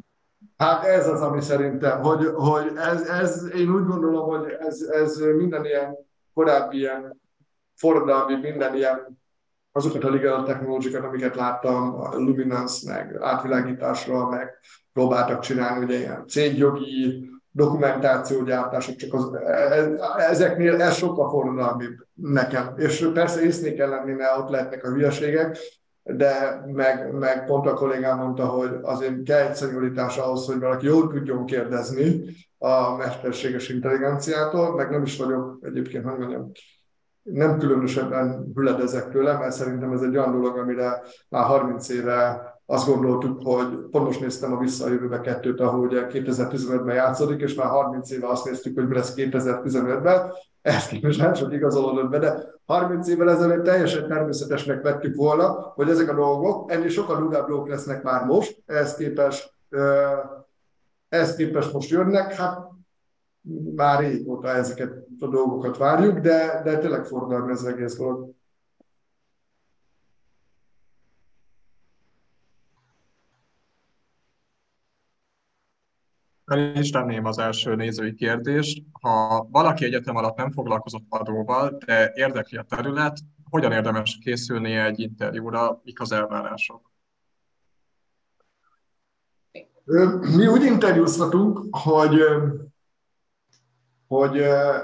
Hát ez az, ami szerintem, hogy ez én úgy gondolom, hogy ez minden ilyen korábbi ilyen forradalmi, minden ilyen azokat a legal technológiákat, amiket láttam, a Luminance, meg átvilágításra, meg próbáltak csinálni, ugye ilyen cégjogi, dokumentációgyártások, csak ezeknél ez sokkal forradalmibb nekem. És persze észnél kell lenni, mert ott lehetnek a hülyeségek, de meg pont a kollégám mondta, hogy azért kell egy szenioritás ahhoz, hogy valaki jól tudjon kérdezni a mesterséges intelligenciától, meg nem is vagyok egyébként, hogy mondjam, nem különösebben hüledezek tőle, mert szerintem ez egy olyan dolog, amire már 30 éve azt gondoltuk, hogy pont most néztem a Vissza a jövőbe 2-t, ahol ugye 2015-ben játszódik, és már 30 éve azt néztük, hogy mi lesz 2015-ben. Ezt képest nem sok igazolódott be, de 30 évvel ezelőtt teljesen természetesnek vettük volna, hogy ezek a dolgok ennél sokkal durábbak lesznek már most, ehhez képest most jönnek. Hát már régóta ezeket a dolgokat várjuk, de tényleg forradalmi ez egész dolog. El is tenném az első nézői kérdést. Ha valaki egyetem alatt nem foglalkozott adóval, de érdekli a terület, hogyan érdemes készülnie egy interjúra, mik az elvárások? Mi úgy interjúztatunk, hogy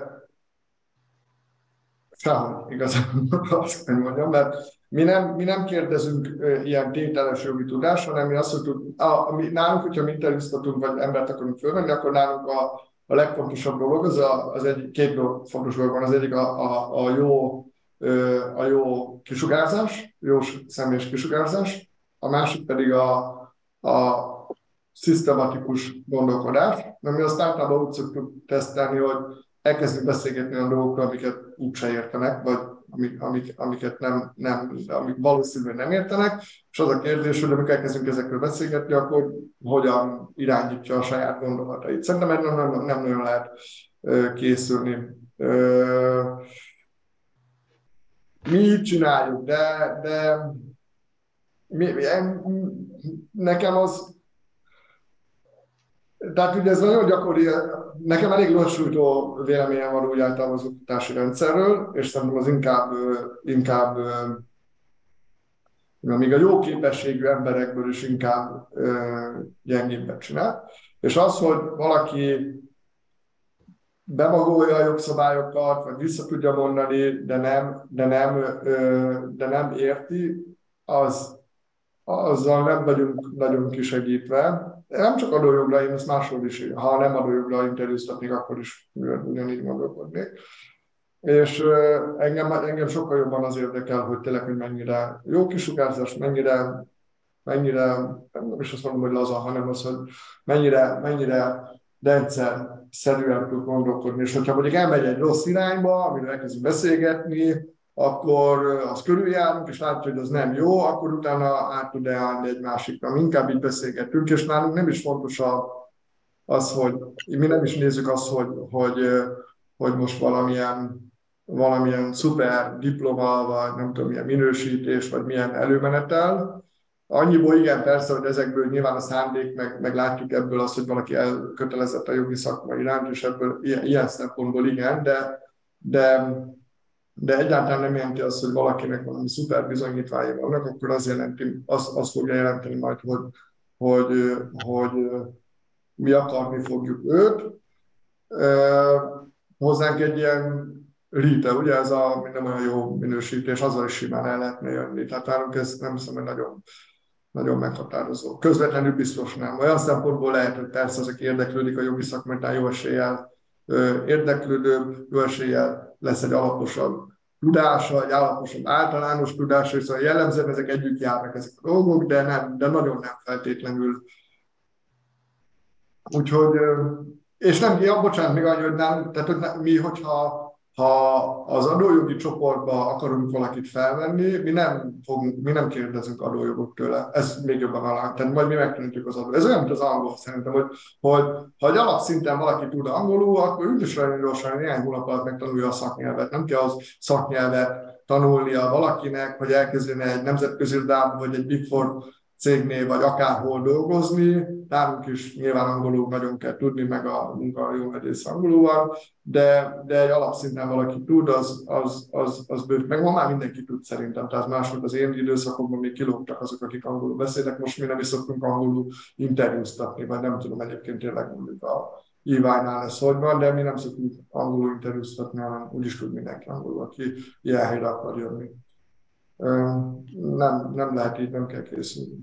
sehol igazából azt kell mondjam, mert mi nem kérdezünk ilyen tételes jogi tudást, hanem mi azt mondjuk, nálunk, hogyha mi interjúztatunk, vagy embert akarunk fölvenni, akkor nálunk a legfontosabb dolog, az egy két fontos dolog van. Az egyik a jó kisugárzás, jó személyes kisugárzás, a másik pedig a szisztematikus gondolkodás. Mi azt általában úgy szoktuk tesztelni, hogy elkezdünk beszélgetni olyan dolgokról, amiket úgyse értenek, vagy amik valószínűleg nem értenek, és az a kérdés, hogy amikor elkezdünk ezekről beszélgetni, akkor hogyan irányítja a saját gondolatait. Szerintem nem nagyon lehet készülni. Mi így csináljuk, de nekem az... Tehát ugye ez nagyon gyakori, nekem elég lassújtó véleményem van úgy általában az oktatási rendszerről, és szerintem az inkább még a jó képességű emberekből is inkább gyengébbet csinál. És az, hogy valaki bemagolja a jogszabályokat, vagy vissza tudja mondani, de nem érti, azzal nem vagyunk nagyon kisegítve. Nem csak adójogra, én ezt máshol is, ha nem adójogra interjúztatnék, akkor is ugyanígy gondolkodnék. És engem sokkal jobban az érdekel, hogy tényleg, hogy mennyire jó kisugárzás, mennyire nem is azt mondom, hogy laza, hanem az, hogy mennyire rendszerszerűen tud gondolkodni. És hogyha mondjuk elmegy egy rossz irányba, amiről elkezdünk beszélgetni, akkor azt körüljárunk, és látjuk, hogy az nem jó, akkor utána át tud állni egy másikra. Mi inkább így beszélgetünk, és nálunk nem is fontos az, hogy mi nem is nézzük azt, hogy most valamilyen szuper diploma, vagy nem tudom, milyen minősítés, vagy milyen előmenetel. Annyiból igen, persze, hogy ezekből nyilván a szándék, meg látjuk ebből azt, hogy valaki elkötelezett a jogi szakma iránt, és ebből ilyen szempontból igen, de egyáltalán nem jelenti azt, hogy valakinek valami szuper bizonyítványai vannak, akkor azt fogja jelenteni majd, hogy mi akarni fogjuk őt. Hozzánk egy ilyen RITE, ugye ez a nem olyan jó minősítés, azzal is simán el lehetne jönni. Tehát nálunk ez nem hiszem, hogy nagyon, nagyon meghatározó. Közvetlenül biztos nem. Olyan szempontból lehet, hogy persze az, aki érdeklődik a jogi szakmátán, jó eséllyel érdeklődő, jó eséllyel lesz egy alaposabb tudása, egy alaposabb általános tudása, és szóval jellemzően ezek együtt járnak ezek a dolgok, de nagyon nem feltétlenül. Úgyhogy, és nem, bocsánat, még annyi, hogy nem, tehát hogy mi, hogyha az adójogi csoportba akarunk valakit felvenni, mi nem kérdezünk adójogot tőle. Ez még jobban alá, tehát majd mi megtanítjuk az adó. Ez olyan, mint az angol szerintem, hogy ha egy alapszinten valaki tud angolul, akkor ügyesen gyorsan néhány hónap alatt megtanulja a szaknyelvet. Nem kell az szaknyelvet tanulnia valakinek, hogy elkezdjen egy nemzetközi irodában, vagy egy Big Four cégnél, vagy akárhol dolgozni. Nálunk is nyilván angolul nagyon kell tudni, meg a munka jó rész angolul van, de egy alapszinten valaki tud, az bőt. Meg ma már mindenki tud szerintem, tehát máshogy az én időszakomban még kilógtak azok, akik angolul beszélnek, most mi nem is szoktunk angolul interjúztatni, vagy nem tudom, egyébként tényleg mondjuk a EY-nál ez hogy van, de mi nem szoktunk angolul interjúztatni, hanem úgyis tud mindenki angolul, aki ilyen helyre akar jönni. Nem lehet így, nem kell készülni.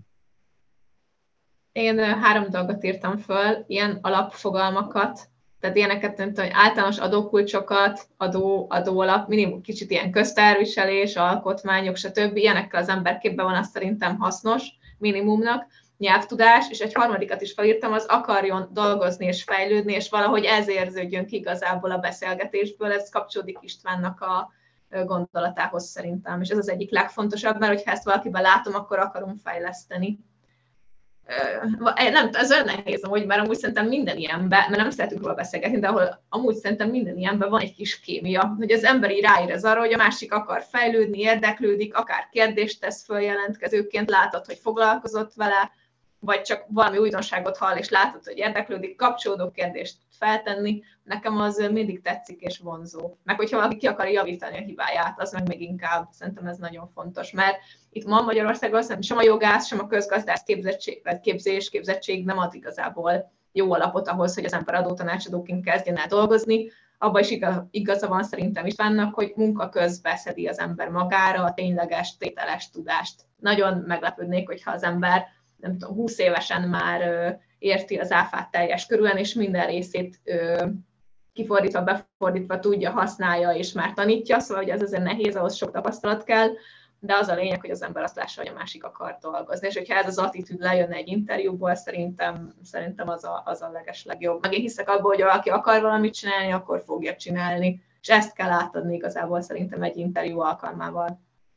Én 3 dolgot írtam föl, ilyen alapfogalmakat, tehát ilyeneket, nem tudom, hogy általános adókulcsokat, adóalap, minimum kicsit ilyen közterviselés, alkotmányok, stb. Ilyenekkel az ember képben van, azt szerintem hasznos minimumnak, nyelvtudás, és egy harmadikat is felírtam, az akarjon dolgozni és fejlődni, és valahogy ez érződjön ki igazából a beszélgetésből, ez kapcsolódik Istvánnak a gondolatához szerintem, és ez az egyik legfontosabb, mert hogyha ezt valakiben látom, akkor akarom fejleszteni. nem, ez olyan nehéz amúgy, mert amúgy szerintem minden ilyenben, mert nem szeretünk róla beszélgetni, de ahol amúgy szerintem minden ilyenben van egy kis kémia, hogy az ember így ráérez arra, hogy a másik akar fejlődni, érdeklődik, akár kérdést tesz föl jelentkezőként, látod, hogy foglalkozott vele, vagy csak valami újdonságot hall, és látod, hogy érdeklődik, kapcsolódó kérdést feltenni, nekem az mindig tetszik és vonzó. Meg hogyha valaki ki akar javítani a hibáját, az meg még inkább, szerintem ez nagyon fontos, mert itt ma Magyarországon szerintem sem a jogász, sem a közgazdász képzettség nem ad igazából jó alapot ahhoz, hogy az ember adótanácsadóként kezdjen el dolgozni. Abban is igaza van szerintem Istvánnak, hogy munka közben szedi az ember magára a tényleges, tételes tudást. Nagyon meglepődnék, hogyha az ember nem tudom, 20 évesen már érti az áfát teljes körülön, és minden részét kifordítva, befordítva tudja, használja, és már tanítja, szóval hogy ez azért nehéz, ahhoz sok tapasztalat kell, de az a lényeg, hogy az ember azt lássa, hogy a másik akar dolgozni, és hogyha ez az attitűd lejönne egy interjúból, szerintem az a legeslegjobb. Meg én hiszek abból, hogy valaki akar valamit csinálni, akkor fogja csinálni, és ezt kell átadni igazából szerintem egy interjú alkalmával.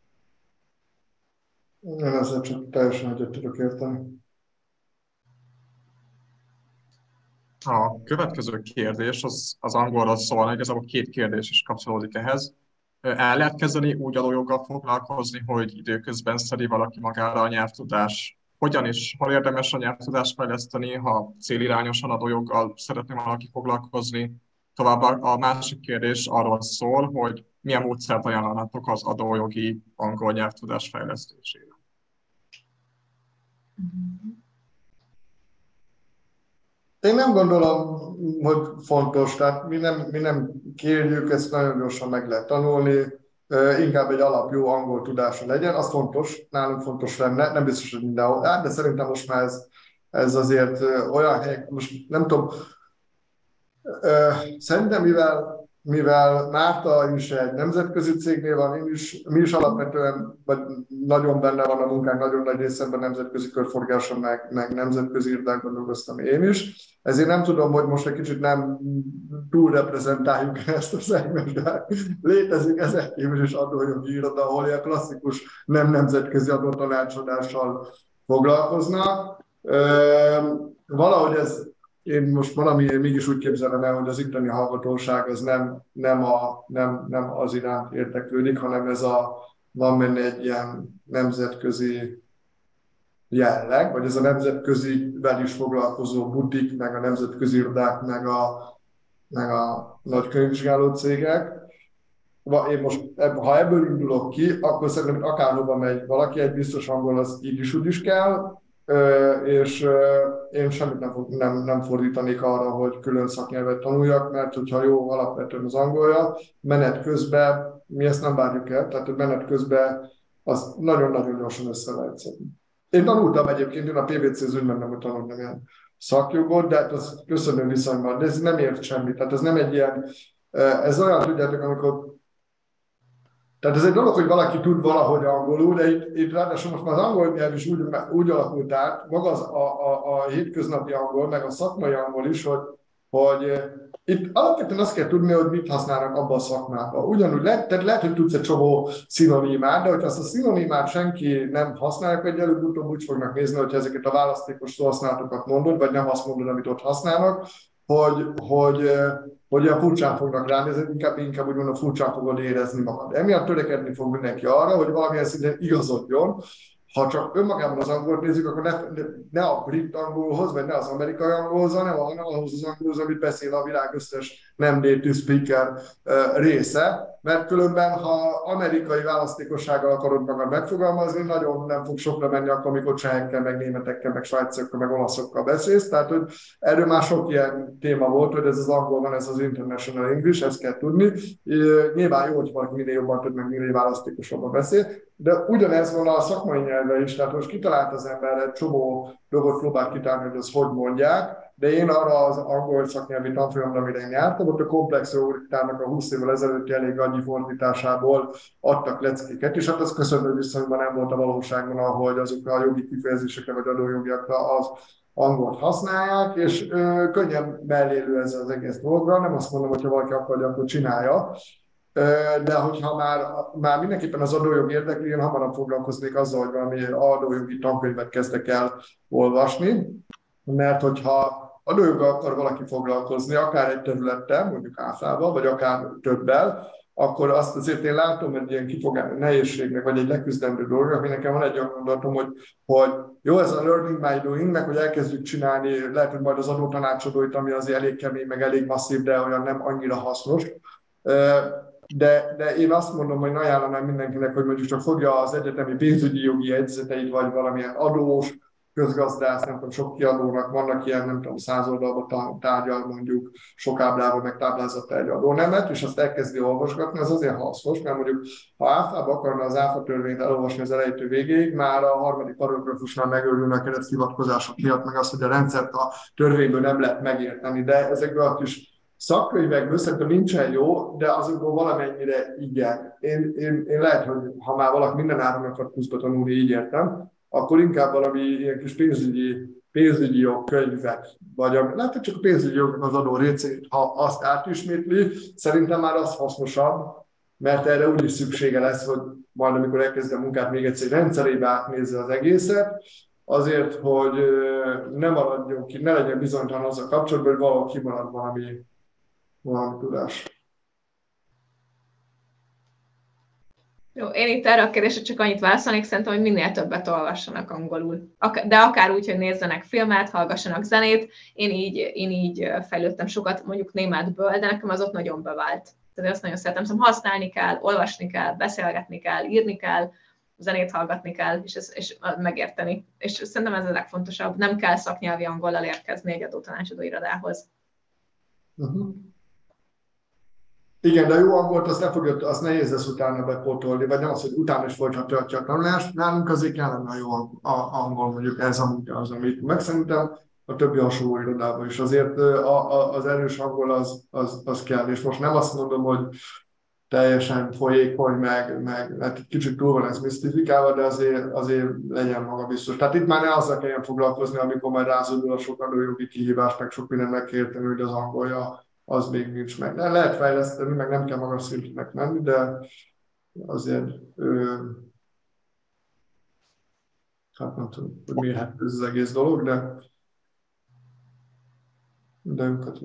Én ezzel csak teljesen egyet tudok érteni. A következő kérdés az angolról szólna, igazából 2 kérdés is kapcsolódik ehhez. El lehet kezdeni úgy adójoggal foglalkozni, hogy időközben szedi valaki magára a nyelvtudás. Hogyan és hol érdemes a nyelvtudást fejleszteni, ha célirányosan adójoggal szeretne valaki foglalkozni? Továbbá a másik kérdés arról szól, hogy milyen módszert ajánlanátok az adójogi angol nyelvtudás fejlesztésére. Én nem gondolom, hogy fontos, tehát mi nem kérjük, ezt nagyon gyorsan meg lehet tanulni, inkább egy alap jó angol tudása legyen, az fontos, nálunk fontos lenne, nem biztos, hogy mindenhol, de szerintem most már ez azért olyan hely, most nem tudom, szerintem mivel Márta is egy nemzetközi cégnél van, mi is alapvetően, vagy nagyon benne van a munkánk, nagyon nagy részemben nemzetközi körforgáson, meg nemzetközi irdákban dolgoztam én is. Ezért nem tudom, hogy most egy kicsit nem túl reprezentáljuk ezt a szegmest, de létezik ezen kívül is adójogi iroda, ahol ilyen klasszikus nem nemzetközi adótanácsadással foglalkoznak. Valahogy én most valamiért mégis úgy képzelem el, hogy az itteni hallgatóság az nem az iránt érdeklődik, hanem van benne egy ilyen nemzetközi jelleg, vagy ez a nemzetközivel is foglalkozó butik, meg a nemzetközi irodák, meg a nagy könyvvizsgáló cégek. Én most, ha ebből indulok ki, akkor szerintem akárhova megy valaki, egy biztos angol az így is úgy is kell, és én semmit nem fordítanék arra, hogy külön szaknyelvet tanuljak, mert hogyha jó alapvetően az angolja, menet közben, mi ezt nem várjuk el, tehát hogy menet közben az nagyon-nagyon gyorsan össze lehet szedni. Én tanultam egyébként, én a PVC-z úgy mennem, hogy tanultam ilyen szakjogot, de hát az köszönő viszonyban, de ez nem ért semmit, tehát ez nem egy ilyen, ez olyan, tudjátok, amikor tehát ez egy dolog, hogy valaki tud valahogy angolul, de itt ráadásul most már az angol nyelv is úgy alakult át, maga a hétköznapi angol, meg a szakmai angol is, hogy itt alapvetően azt kell tudni, hogy mit használnak abban a szakmában. Ugyanúgy lehet, hogy tudsz egy csomó szinonimát, de hogyha azt a szinonimát senki nem használja, vagy előbb-utóbb úgy fognak nézni, hogyha ezeket a választékos szóhasználatokat mondod, vagy nem azt mondod, amit ott használnak, hogy olyan furcsán fognak ránézni, inkább úgy mondom, furcsán fogod érezni magad. Emiatt törekedni fog mindenki arra, hogy valamilyen szinten igazodjon. Ha csak önmagában az angolt nézzük, akkor ne a brit angolhoz, vagy ne az amerikai angolhoz, hanem ahhoz az angolhoz, amit beszél a világ összes nem native speaker része, mert különben, ha amerikai választékossággal akarod magad megfogalmazni, nagyon nem fog sokra menni akkor, amikor csehekkel, meg németekkel, meg svájciakkal, meg olaszokkal beszélsz. Tehát, hogy erről már sok ilyen téma volt, hogy ez az angol van, ez az international English, ezt kell tudni. Nyilván jó, hogy valaki minél jobban tud, meg minél választékosabban beszél, de ugyanez van a szakmai nyelvvel is, tehát most kitalált az ember egy csomó dolgot próbál kitálni, hogy azt hogy mondják, de én arra az angol szaknyelvi tanfolyamra, amire én jártam, ott a komplex teóriának a 20 évvel ezelőtti elég annyi fordításából adtak leckéket, és hát az köszönő viszonyban nem volt a valóságban, ahogy azok a jogi kifejezésekre vagy adójogiakra az angolt használják, és könnyen mellélő ez az egész dologra, nem azt mondom, hogyha valaki akarja, akkor csinálja. De hogyha már mindenképpen az adójog érdekli, én hamarabb foglalkoznék azzal, hogy valami adójogi tankönyvet kezdek el olvasni, mert hogyha adójoggal akar valaki foglalkozni, akár egy területtel, mondjuk áfával, vagy akár többel, akkor azt azért én látom egy ilyen kifogás nehézségnek, vagy egy leküzdendő dolog, ami nekem van egy olyan gondolatom, hogy jó, ez a learning by doing, meg hogy elkezdjük csinálni, lehet, hogy majd az adótanácsadóit, ami azért elég kemény, meg elég masszív, de olyan nem annyira hasznos. De én azt mondom, hogy ajánlanám mindenkinek, hogy mondjuk csak fogja az egyetemi pénzügyi jogi jegyzeteit, vagy valamilyen adós, közgazdász, nem tudom, sok kiadónak vannak ilyen, nem tudom, 100 oldalban tárgyal mondjuk sok ábrával meg táblázata egy adónemet, és azt elkezdi olvasgatni, az azért hasznos, mert mondjuk ha áfába akarna az áfa törvényt elolvasni az elejétől végéig, már a harmadik paragrafusnál megőrülne a kereszthivatkozások miatt, meg azt, hogy a rendszert a törvényből nem lehet megérteni, de ezekből a kis szakkönyvekből szerintem nincsen jó, de azokból valamennyire igen. Én lehet, hogy ha már valaki minden áron akar kuszba tanulni, így értem, akkor inkább valami ilyen kis pénzügyi jogkönyvet, vagy lehet, csak a pénzügyi jognak az adó részét, ha azt átismétli, szerintem már az hasznosabb, mert erre úgyis szüksége lesz, hogy majd amikor elkezdi a munkát, még egyszer rendszerébe átnézze az egészet, azért, hogy ne maradjon ki, ne legyen bizonytalan az a kapcsolatban, hogy valahol kimarad valami tudás. Jó, én itt erre a kérdésre csak annyit válaszolnék, szerintem, hogy minél többet olvassanak angolul. De akár úgy, hogy nézzenek filmet, hallgassanak zenét. Én így fejlődtem sokat, mondjuk németből, de nekem az ott nagyon bevált. Tehát azt nagyon szeretem, szóval használni kell, olvasni kell, beszélgetni kell, írni kell, zenét hallgatni kell, és megérteni. És szerintem ez a legfontosabb. Nem kell szaknyelvi angollal érkezni egy adótanácsadó irodához. Uh-huh. Igen, de jó angolt, azt nehéz lesz utána bepótolni, vagy nem az, hogy utána is folytatja a tanulást. Nálunk azért kellene a jó angol, mondjuk ez a munka az, amit meg szerintem a többi hasonló irodában is. Azért az erős angol az kell, és most nem azt mondom, hogy teljesen folyékony, mert kicsit túl van ez misztifikálva, de azért legyen magabiztos. Tehát itt már ne azzal kelljen foglalkozni, amikor majd rázódul a sok adójogi kihívás, meg sok minden meg kell érteni, hogy az angolja az még nincs meg. Lehet fejleszteni, meg nem kell magas szintnek menni, de azért hát nem tudom, hogy mérhető ez az egész dolog, de őket.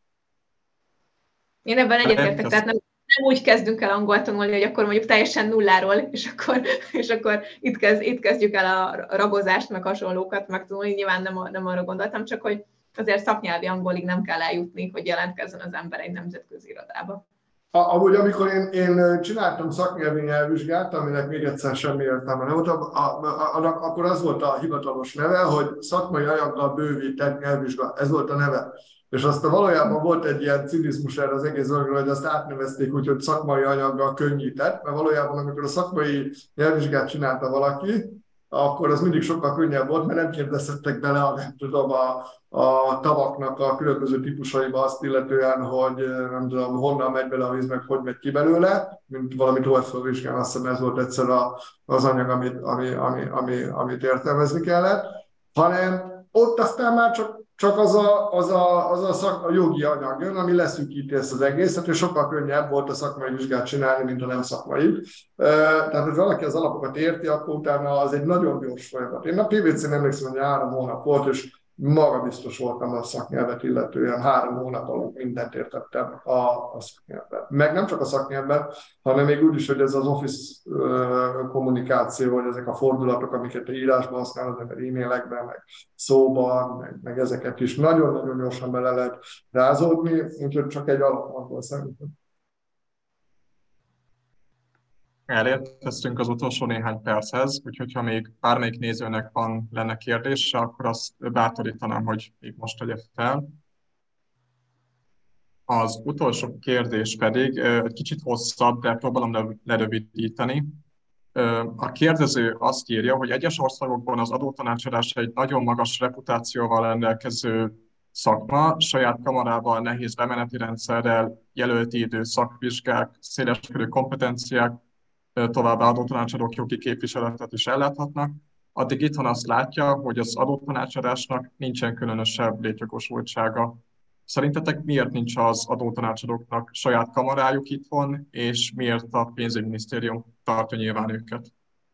Én ebben egyetértek, tehát nem úgy kezdünk el angol tanulni, hogy akkor mondjuk teljesen nulláról, és akkor itt kezdjük el a ragozást, meg hasonlókat megtanulni. Nyilván nem arra gondoltam, csak hogy azért szaknyelvi angolig nem kell eljutni, hogy jelentkezzen az ember egy nemzetközi irodába. Amúgy, amikor én csináltam szaknyelvi nyelvvizsgát, aminek még egyszer semmi értelme nem volt, akkor az volt a hivatalos neve, hogy szakmai anyaggal bővített nyelvvizsga. Ez volt a neve. És aztán valójában volt egy ilyen cinizmus erre az egész dologra, hogy azt átnevezték úgy, hogy szakmai anyaggal könnyített, mert valójában amikor a szakmai nyelvvizsgát csinálta valaki, akkor az mindig sokkal könnyebb volt, mert nem kérdezhettek bele a tavaknak a különböző típusaiba azt illetően, hogy nem tudom, honnan megy bele a víz, meg hogy megy ki belőle, mint valami TOEFL vizsgán, azt hiszem ez volt egyszer az anyag, amit értelmezni kellett, hanem ott aztán már csak a jogi anyag jön, ami leszűkíti ezt az egészet, és sokkal könnyebb volt a szakmai vizsgát csinálni, mint a nem szakmai. Tehát, hogy valaki az alapokat érti, akkor utána az egy nagyon gyors folyamat. Én a PVC-n emlékszem, hogy 3 hónap volt, és magabiztos voltam a szaknyelvet illetően, 3 hónap alatt mindent értettem a szaknyelvben. Meg nem csak a szaknyelvben, hanem még úgy is, hogy ez az office kommunikáció, vagy ezek a fordulatok, amiket a írásban használod, meg e-mailekben, meg szóban, meg ezeket is nagyon-nagyon gyorsan bele lehet rázódni, úgyhogy csak egy alapból szerintem. Elérkeztünk az utolsó néhány perchez, úgyhogy ha még bármelyik nézőnek lenne kérdése, akkor azt bátorítanám, hogy még most tegye fel. Az utolsó kérdés pedig egy kicsit hosszabb, de próbálom lerövidíteni. A kérdező azt írja, hogy egyes országokban az adótanácsadás egy nagyon magas reputációval rendelkező szakma, saját kamarával, nehéz bemeneti rendszerrel, jelölti idő, szakvizsgák, széleskörű kompetenciák, továbbá adótanácsadók jogi képviseletet is elláthatnak. Addig itthon azt látja, hogy az adótanácsadásnak nincsen különösebb létjogosultsága. Szerintetek miért nincs az adótanácsadóknak saját kamarájuk itthon, és miért a pénzügyminisztérium tartja nyilván őket?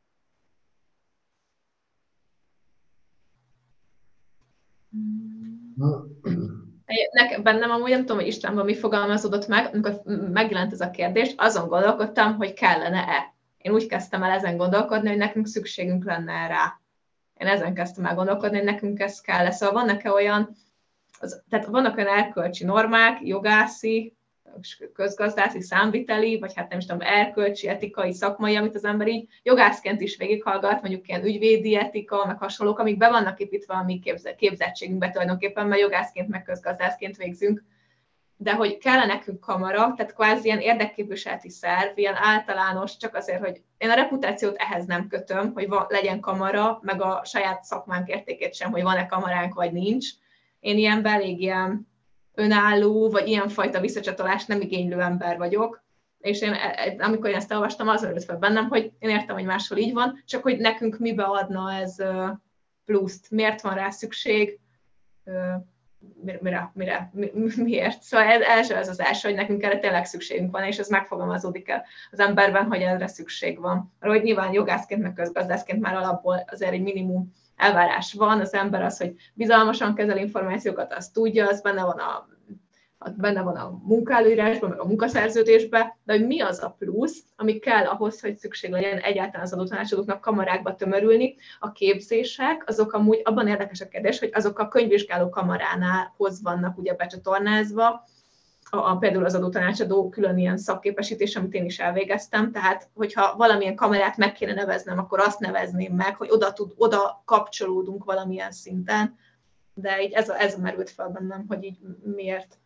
Bennem amúgy nem tudom, hogy Istvánban mi fogalmazódott meg, amikor megjelent ez a kérdés, azon gondolkodtam, hogy kellene-e. Én úgy kezdtem el ezen gondolkodni, hogy nekünk szükségünk lenne rá. Én ezen kezdtem el gondolkodni, hogy nekünk ez kell. Szóval vannak-e olyan, tehát vannak olyan erkölcsi normák, jogászi, közgazdászi, számviteli, vagy hát nem is tudom, erkölcsi, etikai, szakmai, amit az ember így jogászként is végighallgat, mondjuk ilyen ügyvédi etika, meg hasonlók, amik be vannak építve a mi képzettségünkbe tulajdonképpen, mert jogászként, meg közgazdászként végzünk. De hogy kell nekünk kamara, tehát kvázi ilyen érdekképviseleti szerv, ilyen általános, csak azért, hogy én a reputációt ehhez nem kötöm, hogy legyen kamara, meg a saját szakmánk értékét sem, hogy van-e kamaránk, vagy nincs. Én ilyen elég ilyen önálló, vagy ilyenfajta visszacsatolást nem igénylő ember vagyok, és én, amikor én ezt olvastam, az merült fel bennem, hogy én értem, hogy máshol így van, csak hogy nekünk mibe adna ez pluszt, miért van rá szükség, miért. Szóval ez az első, hogy nekünk erre tényleg szükségünk van, és ez megfogalmazódik el az emberben, hogy erre szükség van. Hogy nyilván jogászként, meg közgazdászként már alapból azért egy minimum elvárás van, az ember az, hogy bizalmasan kezel információkat, azt tudja, az benne van a munkaelőírásban, meg a munkaszerződésben, de hogy mi az a plusz, ami kell ahhoz, hogy szükség legyen egyáltalán az adótanácsadóknak kamarákba tömörülni. A képzések, azok amúgy abban érdekes a kérdés, hogy azok a könyvvizsgáló kamaránához vannak ugye becsatornázva, például az adótanácsadó külön ilyen szakképesítés, amit én is elvégeztem, tehát hogyha valamilyen kamerát meg kéne neveznem, akkor azt nevezném meg, hogy oda kapcsolódunk valamilyen szinten, de így ez merült fel bennem, hogy így miért.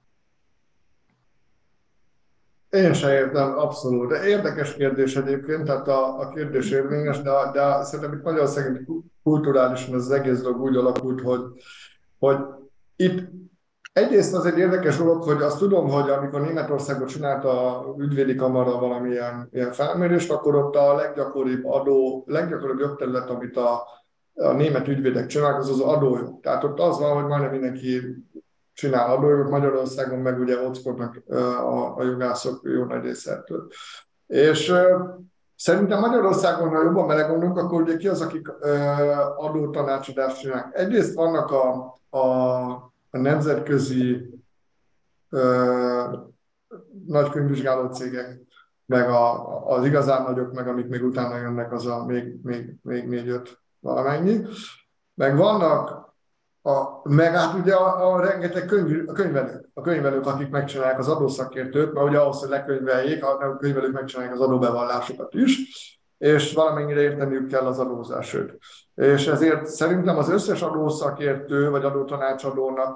Én sem értem, abszolút. De érdekes kérdés egyébként, tehát a kérdés érvényes, de szerintem itt Magyarországon kulturálisan az egész dolog úgy alakult, hogy itt egyrészt az egy érdekes dolog, hogy azt tudom, hogy amikor Németországot csinálta a ügyvédi kamara valamilyen ilyen felmérést, akkor ott a leggyakoribb jogterület, amit a német ügyvédek csinálnak, az adójog. Tehát ott az van, hogy majdnem mindenki csinál adójogot, Magyarországon meg ugye ockodnak a jogászok jó nagy részétől. És szerintem Magyarországon, ha jobban belegondolunk, akkor ugye ki az, akik adótanácsadást csinálnak. Egyrészt vannak a nemzetközi nagy könyvvizsgáló cégek, meg az igazán nagyok, meg amik még utána jönnek, az a még 4-5 valamennyi. Meg vannak meg hát ugye a rengeteg könyvelők, akik megcsinálják az adószakértőt, mert ugye ahhoz, hogy lekönyveljék, a könyvelők megcsinálják az adóbevallásokat is, és valamennyire érteniük kell az adózásot. És ezért szerintem az összes adószakértő vagy adótanácsadónak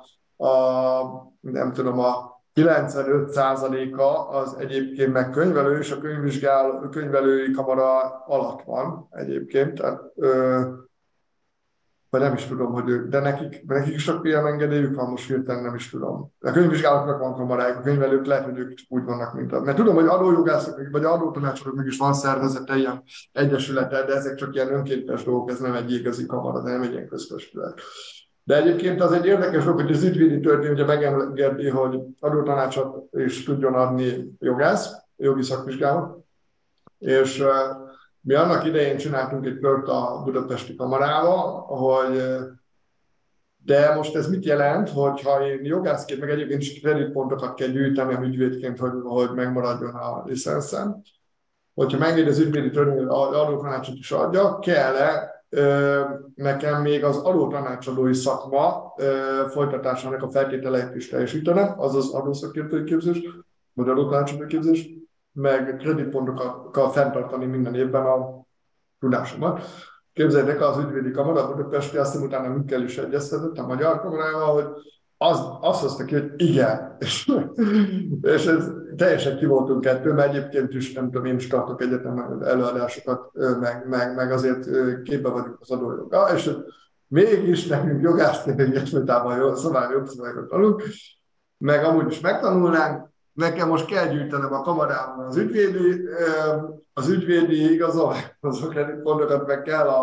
nem tudom, a 95%-a az egyébként meg könyvelő, és a könyvelői kamara alatt van egyébként. Tehát, vagy nem is tudom, hogy de nekik sok ilyen engedélyük van, most hirtelen nem is tudom. A könyvvizsgálatnak van kamarájuk, a könyvelők lehet, hogy ők úgy vannak, mint mert tudom, hogy adójogászok, vagy adótanácsadók mégis van szervezete, ilyen egyesülete, de ezek csak ilyen önkéntes dolgok, ez nem egy igazi kamara, de nem egy ilyen köztestület. De egyébként az egy érdekes dolog, hogy az ügyvédi törvény ugye megengedi, hogy adótanácsot is tudjon adni jogász, jogi szakvizsgálat, és mi annak idején csináltunk egy kört a budapesti kamarával, de most ez mit jelent, hogyha én jogászként, meg egyébként is kreditpontokat kell gyűjtenem ügyvédként, hogy megmaradjon a licenszem. Hogyha megengedi az ügyvédi törvény, adótanácsot is adja, kell-e nekem még az adótanácsadói szakma folytatásának a feltételeit is teljesítenem, azaz adószakértői képzés, vagy adótanácsadói képzés, meg kreditpontokkal fenntartani minden évben a tudásomat. Képzeljétek, az ügyvédi kamara, a budapesti, azt hiszem utána mikkel is egyeztetett a magyar kamarával, hogy azt hozta ki, hogy igen. És ez teljesen ki voltunk ettől, mert egyébként is, nem tudom, én is tartok egyetem előadásokat, meg azért képbe vagyunk az adójoggal, és mégis nekünk jogászként egyetlen szabályokat tanulunk, meg amúgy is megtanulnánk. Nekem most kell gyűjtenem a kamarában az ügyvédi igazolványokat, meg kell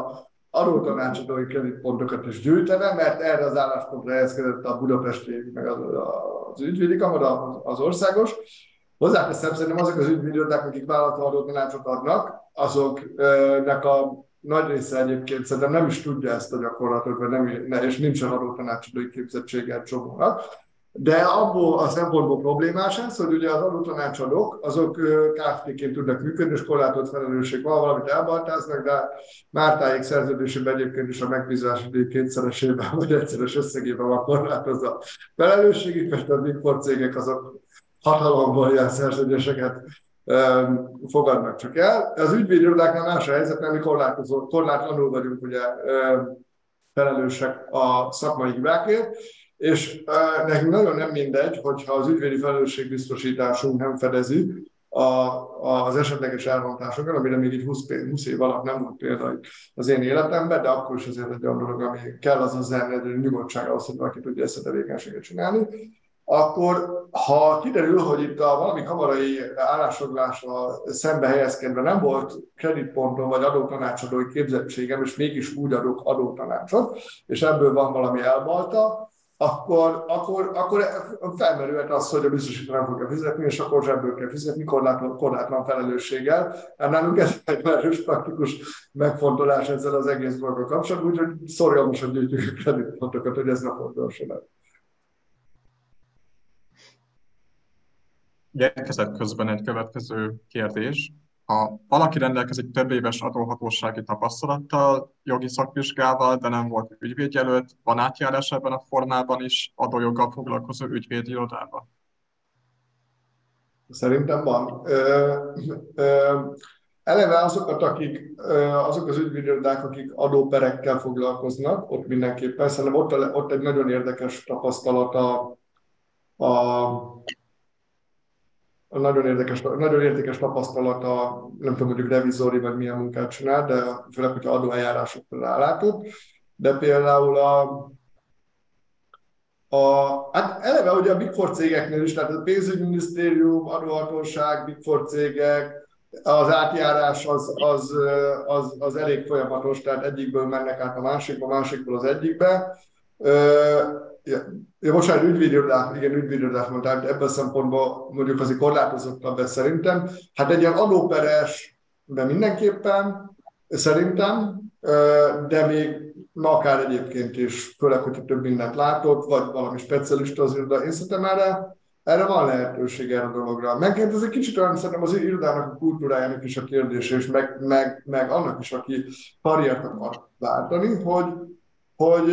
adótanácsadói kreditpontokat is gyűjtene, mert erre az álláspontra helyezkedett a budapesti, meg az ügyvédi kamara, az országos. Hozzáteszem, szerintem azok az ügyvédirodák, akik vállalati adótanácsot adnak, azoknak a nagy része egyébként szerintem nem is tudja ezt a gyakorlatot, vagy és nincsen adótanácsadói képzettséggel csomónak. De abból a szempontból problémás ez, hogy ugye az adótanácsadók, azok Kft-ként tudnak működni, és korlátolt felelősség van, valamit elbaltáznak, de Mártáék szerződésében egyébként is a megbízási díj kétszeresében, vagy egyszeres összegében van korlátozva a felelősségük, mert a Big Four cégek azok hatalomból ilyen szerződéseket fogadnak csak el. Az ügyvédirodáknál más a helyzet, mert mi korlátlanul vagyunk ugye felelősek a szakmai hibákért, és nekünk nagyon nem mindegy, hogyha az ügyvédi felelősségbiztosításunk nem fedezi az esetleges elrontásokat, amire még így 20 év alatt nem volt példa az én életemben, de akkor is azért egy olyan dolog, ami kell, az az nyugodtság ahhoz, hogy valaki tudja ezt a tevékenységet csinálni. Akkor, ha kiderül, hogy itt a valami kamarai állásfoglalásra szembe helyezkedve nem volt kreditponton vagy adótanácsadói képzettségem, és mégis úgy adok adótanácsot, és ebből van valami elbalta, akkor felmerülhet az, hogy a biztosító nem fogja fizetni, és akkor zsebből kell fizetni korlátlan felelősséggel. Nálunk ez egy erős praktikus megfontolás ezzel az egész dologgal kapcsolatban, úgyhogy szorgalmasan gyűjtjük a kreditpontokat, hogy ez ne fordulson el. Érkezett közben egy következő kérdés. Ha valaki rendelkezik több éves adóhatósági tapasztalattal, jogi szakvizsgával, de nem volt ügyvédjelölt, van átjárás ebben a formában is adójoggal foglalkozó ügyvédi irodában? Szerintem van. Eleve azok az ügyvédirodák, akik adóperekkel foglalkoznak, ott mindenképpen, szerintem ott egy nagyon érdekes tapasztalata nagyon értékes tapasztalata, nem tudom, mondjuk revizori, vagy milyen munkát csinál, de főleg, hogyha adóeljárásokra rálátott. De például hát eleve ugye a Big Four cégeknél is, tehát a pénzügyminisztérium, adóhatóság, Big Four cégek, az átjárás az elég folyamatos, tehát egyikből mennek át a másikból az egyikbe. Most már ügyvédirodát mondták, de ebből a szempontból mondjuk azért korlátozottabb ez szerintem. Hát egy ilyen adóperesben mindenképpen, szerintem, de még akár egyébként is, főleg, hogyha több mindent látott, vagy valami specialista az iroda. Én szerintem erre van lehetőség erre a dologra. Megint ez egy kicsit olyan, szerintem az irodának a kultúrájának is a kérdése, és meg annak is, aki karriert akar váltani, hogy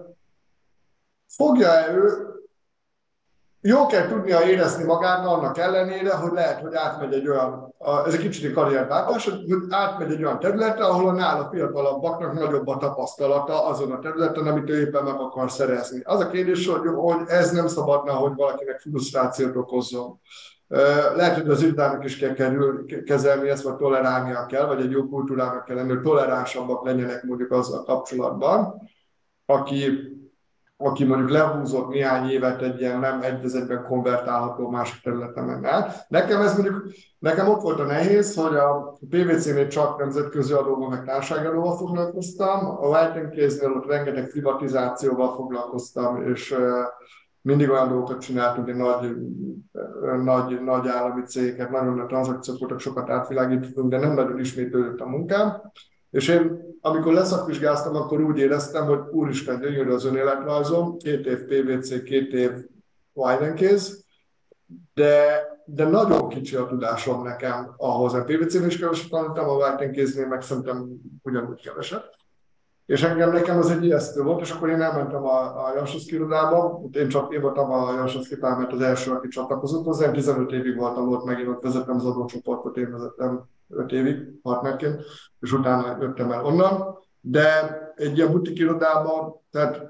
fogja-e ő, jól kell tudnia érezni magát annak ellenére, hogy lehet, hogy átmegy egy olyan, ez egy kicsit karrierváltás, hogy átmegy egy olyan területre, ahol a nála fiatalabbaknak nagyobb a tapasztalata azon a területen, amit ő éppen meg akar szerezni. Az a kérdés, hogy ez nem szabadna, hogy valakinek frusztrációt okozzon. Lehet, hogy az irodának is kell kezelni ezt, vagy tolerálnia kell, vagy egy jó kultúrának kell lenni, hogy toleránsabbak legyenek mondjuk azzal kapcsolatban, aki mondjuk lehúzott néhány évet egy ilyen nem egyben konvertálható másik területen menne át. Nekem ott volt a nehéz, hogy a PwC-nél csak nemzetközi adóval, meg társaságadóval foglalkoztam, a White & Case-nél ott rengeteg privatizációval foglalkoztam, és mindig olyan dolgokat csináltunk, nagy állami cégeket, nagyon nagy tranzakciók voltak, sokat átvilágítottunk, de nem nagyon ismétlődött a munkám. És én, amikor leszakvizsgáztam, akkor úgy éreztem, hogy úristen, gyönyörű az önéletrajzom, 2 év PwC, 2 év White & Case, de nagyon kicsi a tudásom nekem ahhoz. A PwC-nél is keveset tanultam, a White & Case-nél meg szerintem ugyanúgy keveset. És nekem az egy ijesztő volt, és akkor én elmentem a Jassowski irodába, én voltam a Jassowski Pálmát az első, aki csatlakozott hozzá, 15 évig voltam ott, megint ott vezettem az adócsoportot, én vezettem 5 évig partnerként, és utána jöttem el onnan. De egy ilyen butik irodában, tehát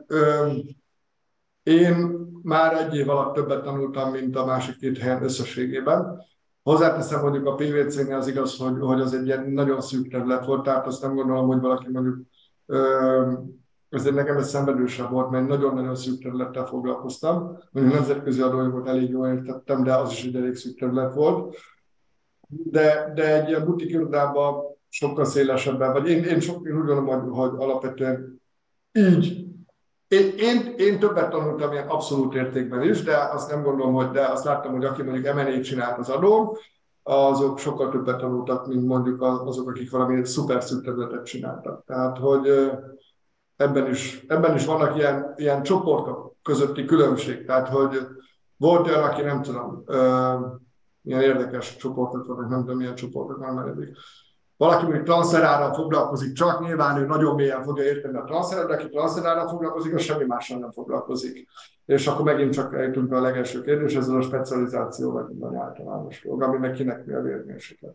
én már 1 év alatt többet tanultam, mint a másik 2 helyen összességében. Hozzáteszem, mondjuk a PwC-nél az igaz, hogy az egy ilyen nagyon szűk terület volt, tehát azt nem gondolom, hogy valaki mondjuk ezért nekem ez szenvedősebb volt, mert nagyon-nagyon szűk területtel foglalkoztam. Mondjuk nemzetközi adójogot elég jól értettem, de az is egy elég szűk terület volt. De egy ilyen butik irodában sokkal szélesebben, vagy én úgy gondolom, hogy alapvetően így. Én többet tanultam ilyen abszolút értékben is, de azt nem gondolom, de azt láttam, hogy aki mondjuk M&A csinált az adón, azok sokkal többet tanultak, mint mondjuk azok, akik valami szuper szűk területet csináltak. Tehát, hogy ebben is vannak ilyen csoportok közötti különbség. Tehát, hogy volt olyan, aki nem tudom, ilyen érdekes csoportok vannak, nem tudom, milyen csoportok van, mert eddig. Valaki mondjuk transferárral foglalkozik, csak nyilván ő nagyon mélyen fogja érteni a transferát, de aki transferárral foglalkozik, az semmi mással nem foglalkozik. És akkor megint csak eljutunk a legelső kérdés, ez a specializáció, vagy minden általános dolog, aminek kinek mi a vérmérséklet.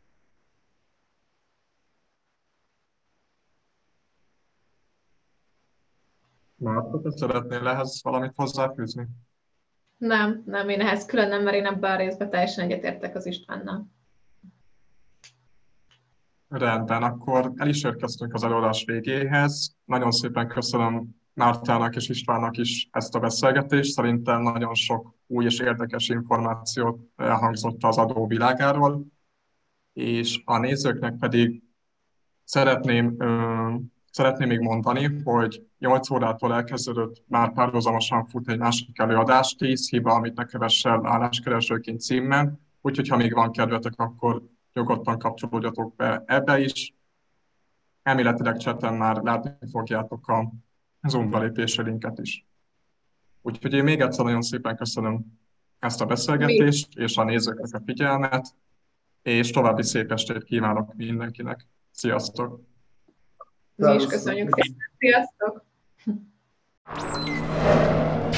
Márta, te szeretnél ehhez valamit hozzáfűzni? Nem, én ehhez külön nem, mert én ebben a részben teljesen egyetértek az Istvánnal. Rendben, akkor el is érkeztünk az előadás végéhez. Nagyon szépen köszönöm Mártának és Istvánnak is ezt a beszélgetést. Szerintem nagyon sok új és érdekes információt elhangzott az adó világáról, és a nézőknek pedig szeretném még mondani, hogy 8 órától elkezdődött, már párhuzamosan fut egy másik előadás, 10 hiba, amit ne kövess el álláskeresőként címmel, úgyhogy ha még van kedvetek, akkor nyugodtan kapcsolódjatok be ebbe is. Elméletileg chaten már látni fogjátok a Zoom belépési linket is. Úgyhogy én még egyszer nagyon szépen köszönöm ezt a beszélgetést, és a nézőknek a figyelmet, és további szép estét kívánok mindenkinek. Sziasztok! Mi is köszönjük szépen. Sziasztok!